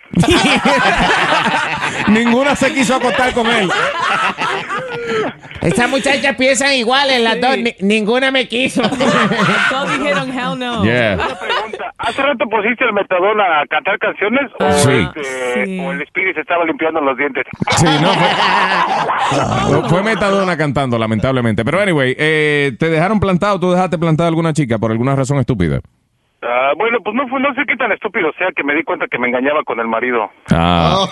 Ninguna se quiso acostar con él. Estas muchachas piensan iguales, las dos. Ni- ninguna me quiso. Todos dijeron hell no. Yeah. Una pregunta. ¿Hace rato pusiste el Metadona a cantar canciones? ¿O, Sí. este, Sí. o el Speedy se estaba limpiando los dientes? Sí, no, fue, fue Metadona cantando, lamentablemente. Pero anyway, eh, ¿te dejaron plantado? ¿Tú dejaste plantada a alguna chica por alguna razón estúpida? Ah, bueno, pues no, fue, no sé qué tan estúpido sea que me di cuenta que me engañaba con el marido. Ah.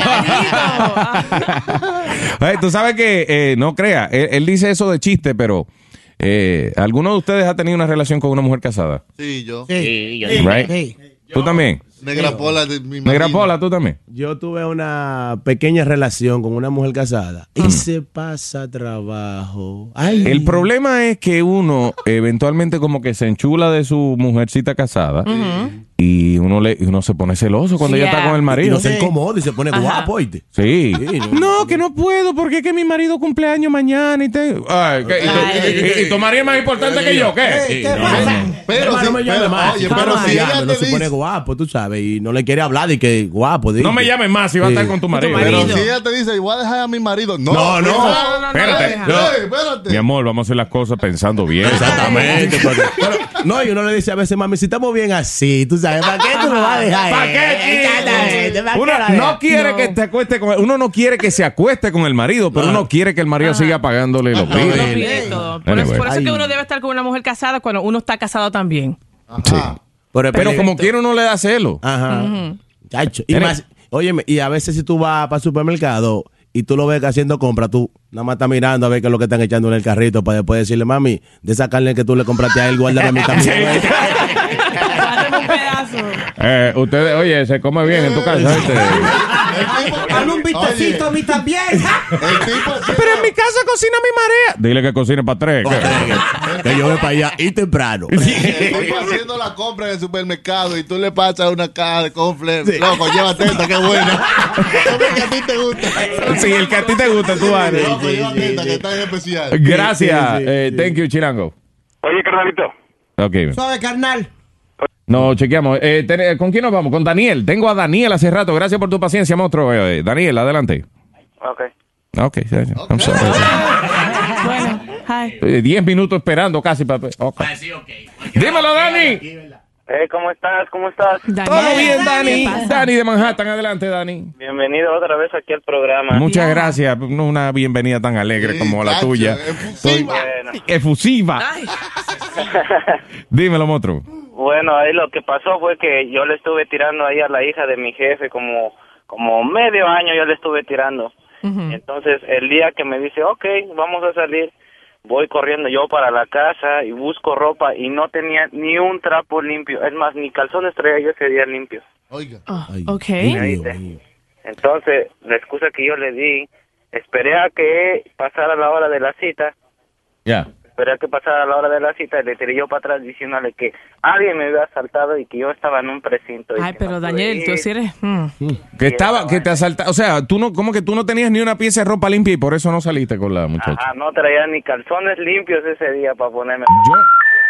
Ay, tú sabes que, eh, no crea, él, él dice eso de chiste, pero eh, ¿alguno de ustedes ha tenido una relación con una mujer casada? Sí, yo. Sí, yo Right? Sí. ¿Tú también? Negra Pola de mi Negra marido. Pola, ¿tú también? Yo tuve una pequeña relación con una mujer casada y se pasa trabajo. Ay. El problema es que uno eventualmente como que se enchula de su mujercita casada y uno le y uno se pone celoso cuando ella Yeah. está con el Y marido. no se incomoda y se pone Ajá. guapo, ¿oíste? Sí. Sí, No, que no puedo porque es que mi marido cumpleaños mañana y te... Ay, ¿qué? ¿Y, tu, y- y tu marido es más importante que yo? ¿Qué? Ey, ¿qué pasa? Pero Hermano, si, me llame pero, más. oye, Si pero no si me ella llame, no te se pone dice, guapo, tú sabes, y no le quiere hablar y que guapo. No me llames más si va a estar con tu marido. pero marido. si ella te dice, voy a dejar a mi marido. No, No, no. No, no, no, Espérate. no, Yo- Ey, espérate. Mi amor, vamos a hacer las cosas pensando bien. Exactamente. porque- pero, no, y uno le dice a veces, mami, si estamos bien así, tú sabes, ¿para qué tú me vas a dejar? ¿Para qué, chico? Exactamente, ¿para qué Uno lo dejas? no quiere No. que te acueste con uno no quiere que se acueste con el marido, pero uno quiere que el marido siga pagándole los Lo bills. pide todo. Por, eso, Anyway. por eso es que Ay. uno debe estar con una mujer casada cuando uno está casado también. Sí. Pero, Pero como quiera uno le da celo. Ajá. Chacho. Y Eres- más, óyeme, y a veces si tú vas para el supermercado y tú lo ves que haciendo compras, tú nada más estás mirando a ver qué es lo que están echando en el carrito para después decirle, mami, de esa carne que tú le compraste a él, guárdame a mí también. Dame un pedazo. Eh, ustedes, oye, se come bien en tu casa, ¿viste? Dame un vistecito a mí también. El tipo Pero en mi casa cocina mi marea. Dile que cocine para tres. ¿qué? Que yo voy para allá y temprano. el tipo haciendo la compra en el supermercado y tú le pasas una caja de cornflakes. Loco, llévate esta, qué buena. Come que a ti te gusta. Sí, el que a ti te gusta, tú haces. Loco, llévate esta, que está en especial. Gracias. Sí, sí, eh, sí. Thank you, Chirango. Oye, carnalito. Ok. Suave, carnal. No, chequeamos. Eh, ten- ¿Con quién nos vamos? Con Daniel. Tengo a Daniel hace rato. Gracias por tu paciencia, monstruo. Eh, Daniel, adelante. Ok. Ok, sí, sí. I'm sorry. Bueno, hi. Eh, Diez minutos esperando casi para... Ok. Dímelo, Dani. Eh, ¿cómo estás? ¿Cómo estás? Todo bien, Dani. ¿Qué pasa? Dani de Manhattan. Adelante, Dani. Bienvenido otra vez aquí al programa. Muchas Yeah. gracias. No una bienvenida tan alegre como la Tacho, tuya. efusiva. Bueno. Efusiva. Ay, Dímelo, monstruo. Bueno, ahí lo que pasó fue que yo le estuve tirando ahí a la hija de mi jefe como, como medio año yo le estuve tirando. ujú. Entonces, el día que me dice, ok, vamos a salir, voy corriendo yo para la casa y busco ropa y no tenía ni un trapo limpio. Es más, ni calzones traía yo ese día limpios. Oiga. Oh, Ay, ok. Dios ¿Oíste? mío. Entonces, la excusa que yo le di, esperé a que pasara la hora de la cita, Ya. esperé a que pasara la hora de la cita y le tiré yo para atrás diciéndole que alguien me había asaltado y que yo estaba en un precinto. y Ay, que pero no Daniel, podía tú ir. sí eres... mm. Que estaba, que te asalta, o sea, tú no, como que tú no tenías ni una pieza de ropa limpia y por eso no saliste con la muchacha. Ajá, no traía ni calzones limpios ese día para ponerme. Yo,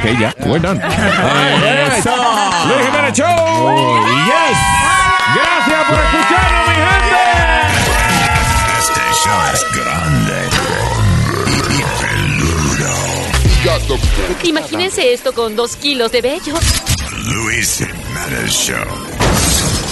Ok, ya, we're done. Eh, Luis Jiménez Show. Yes. Gracias por escucharnos, mi gente. Este show es grande y peludo. Imagínense esto con dos kilos de vello. Luis Jiménez Show.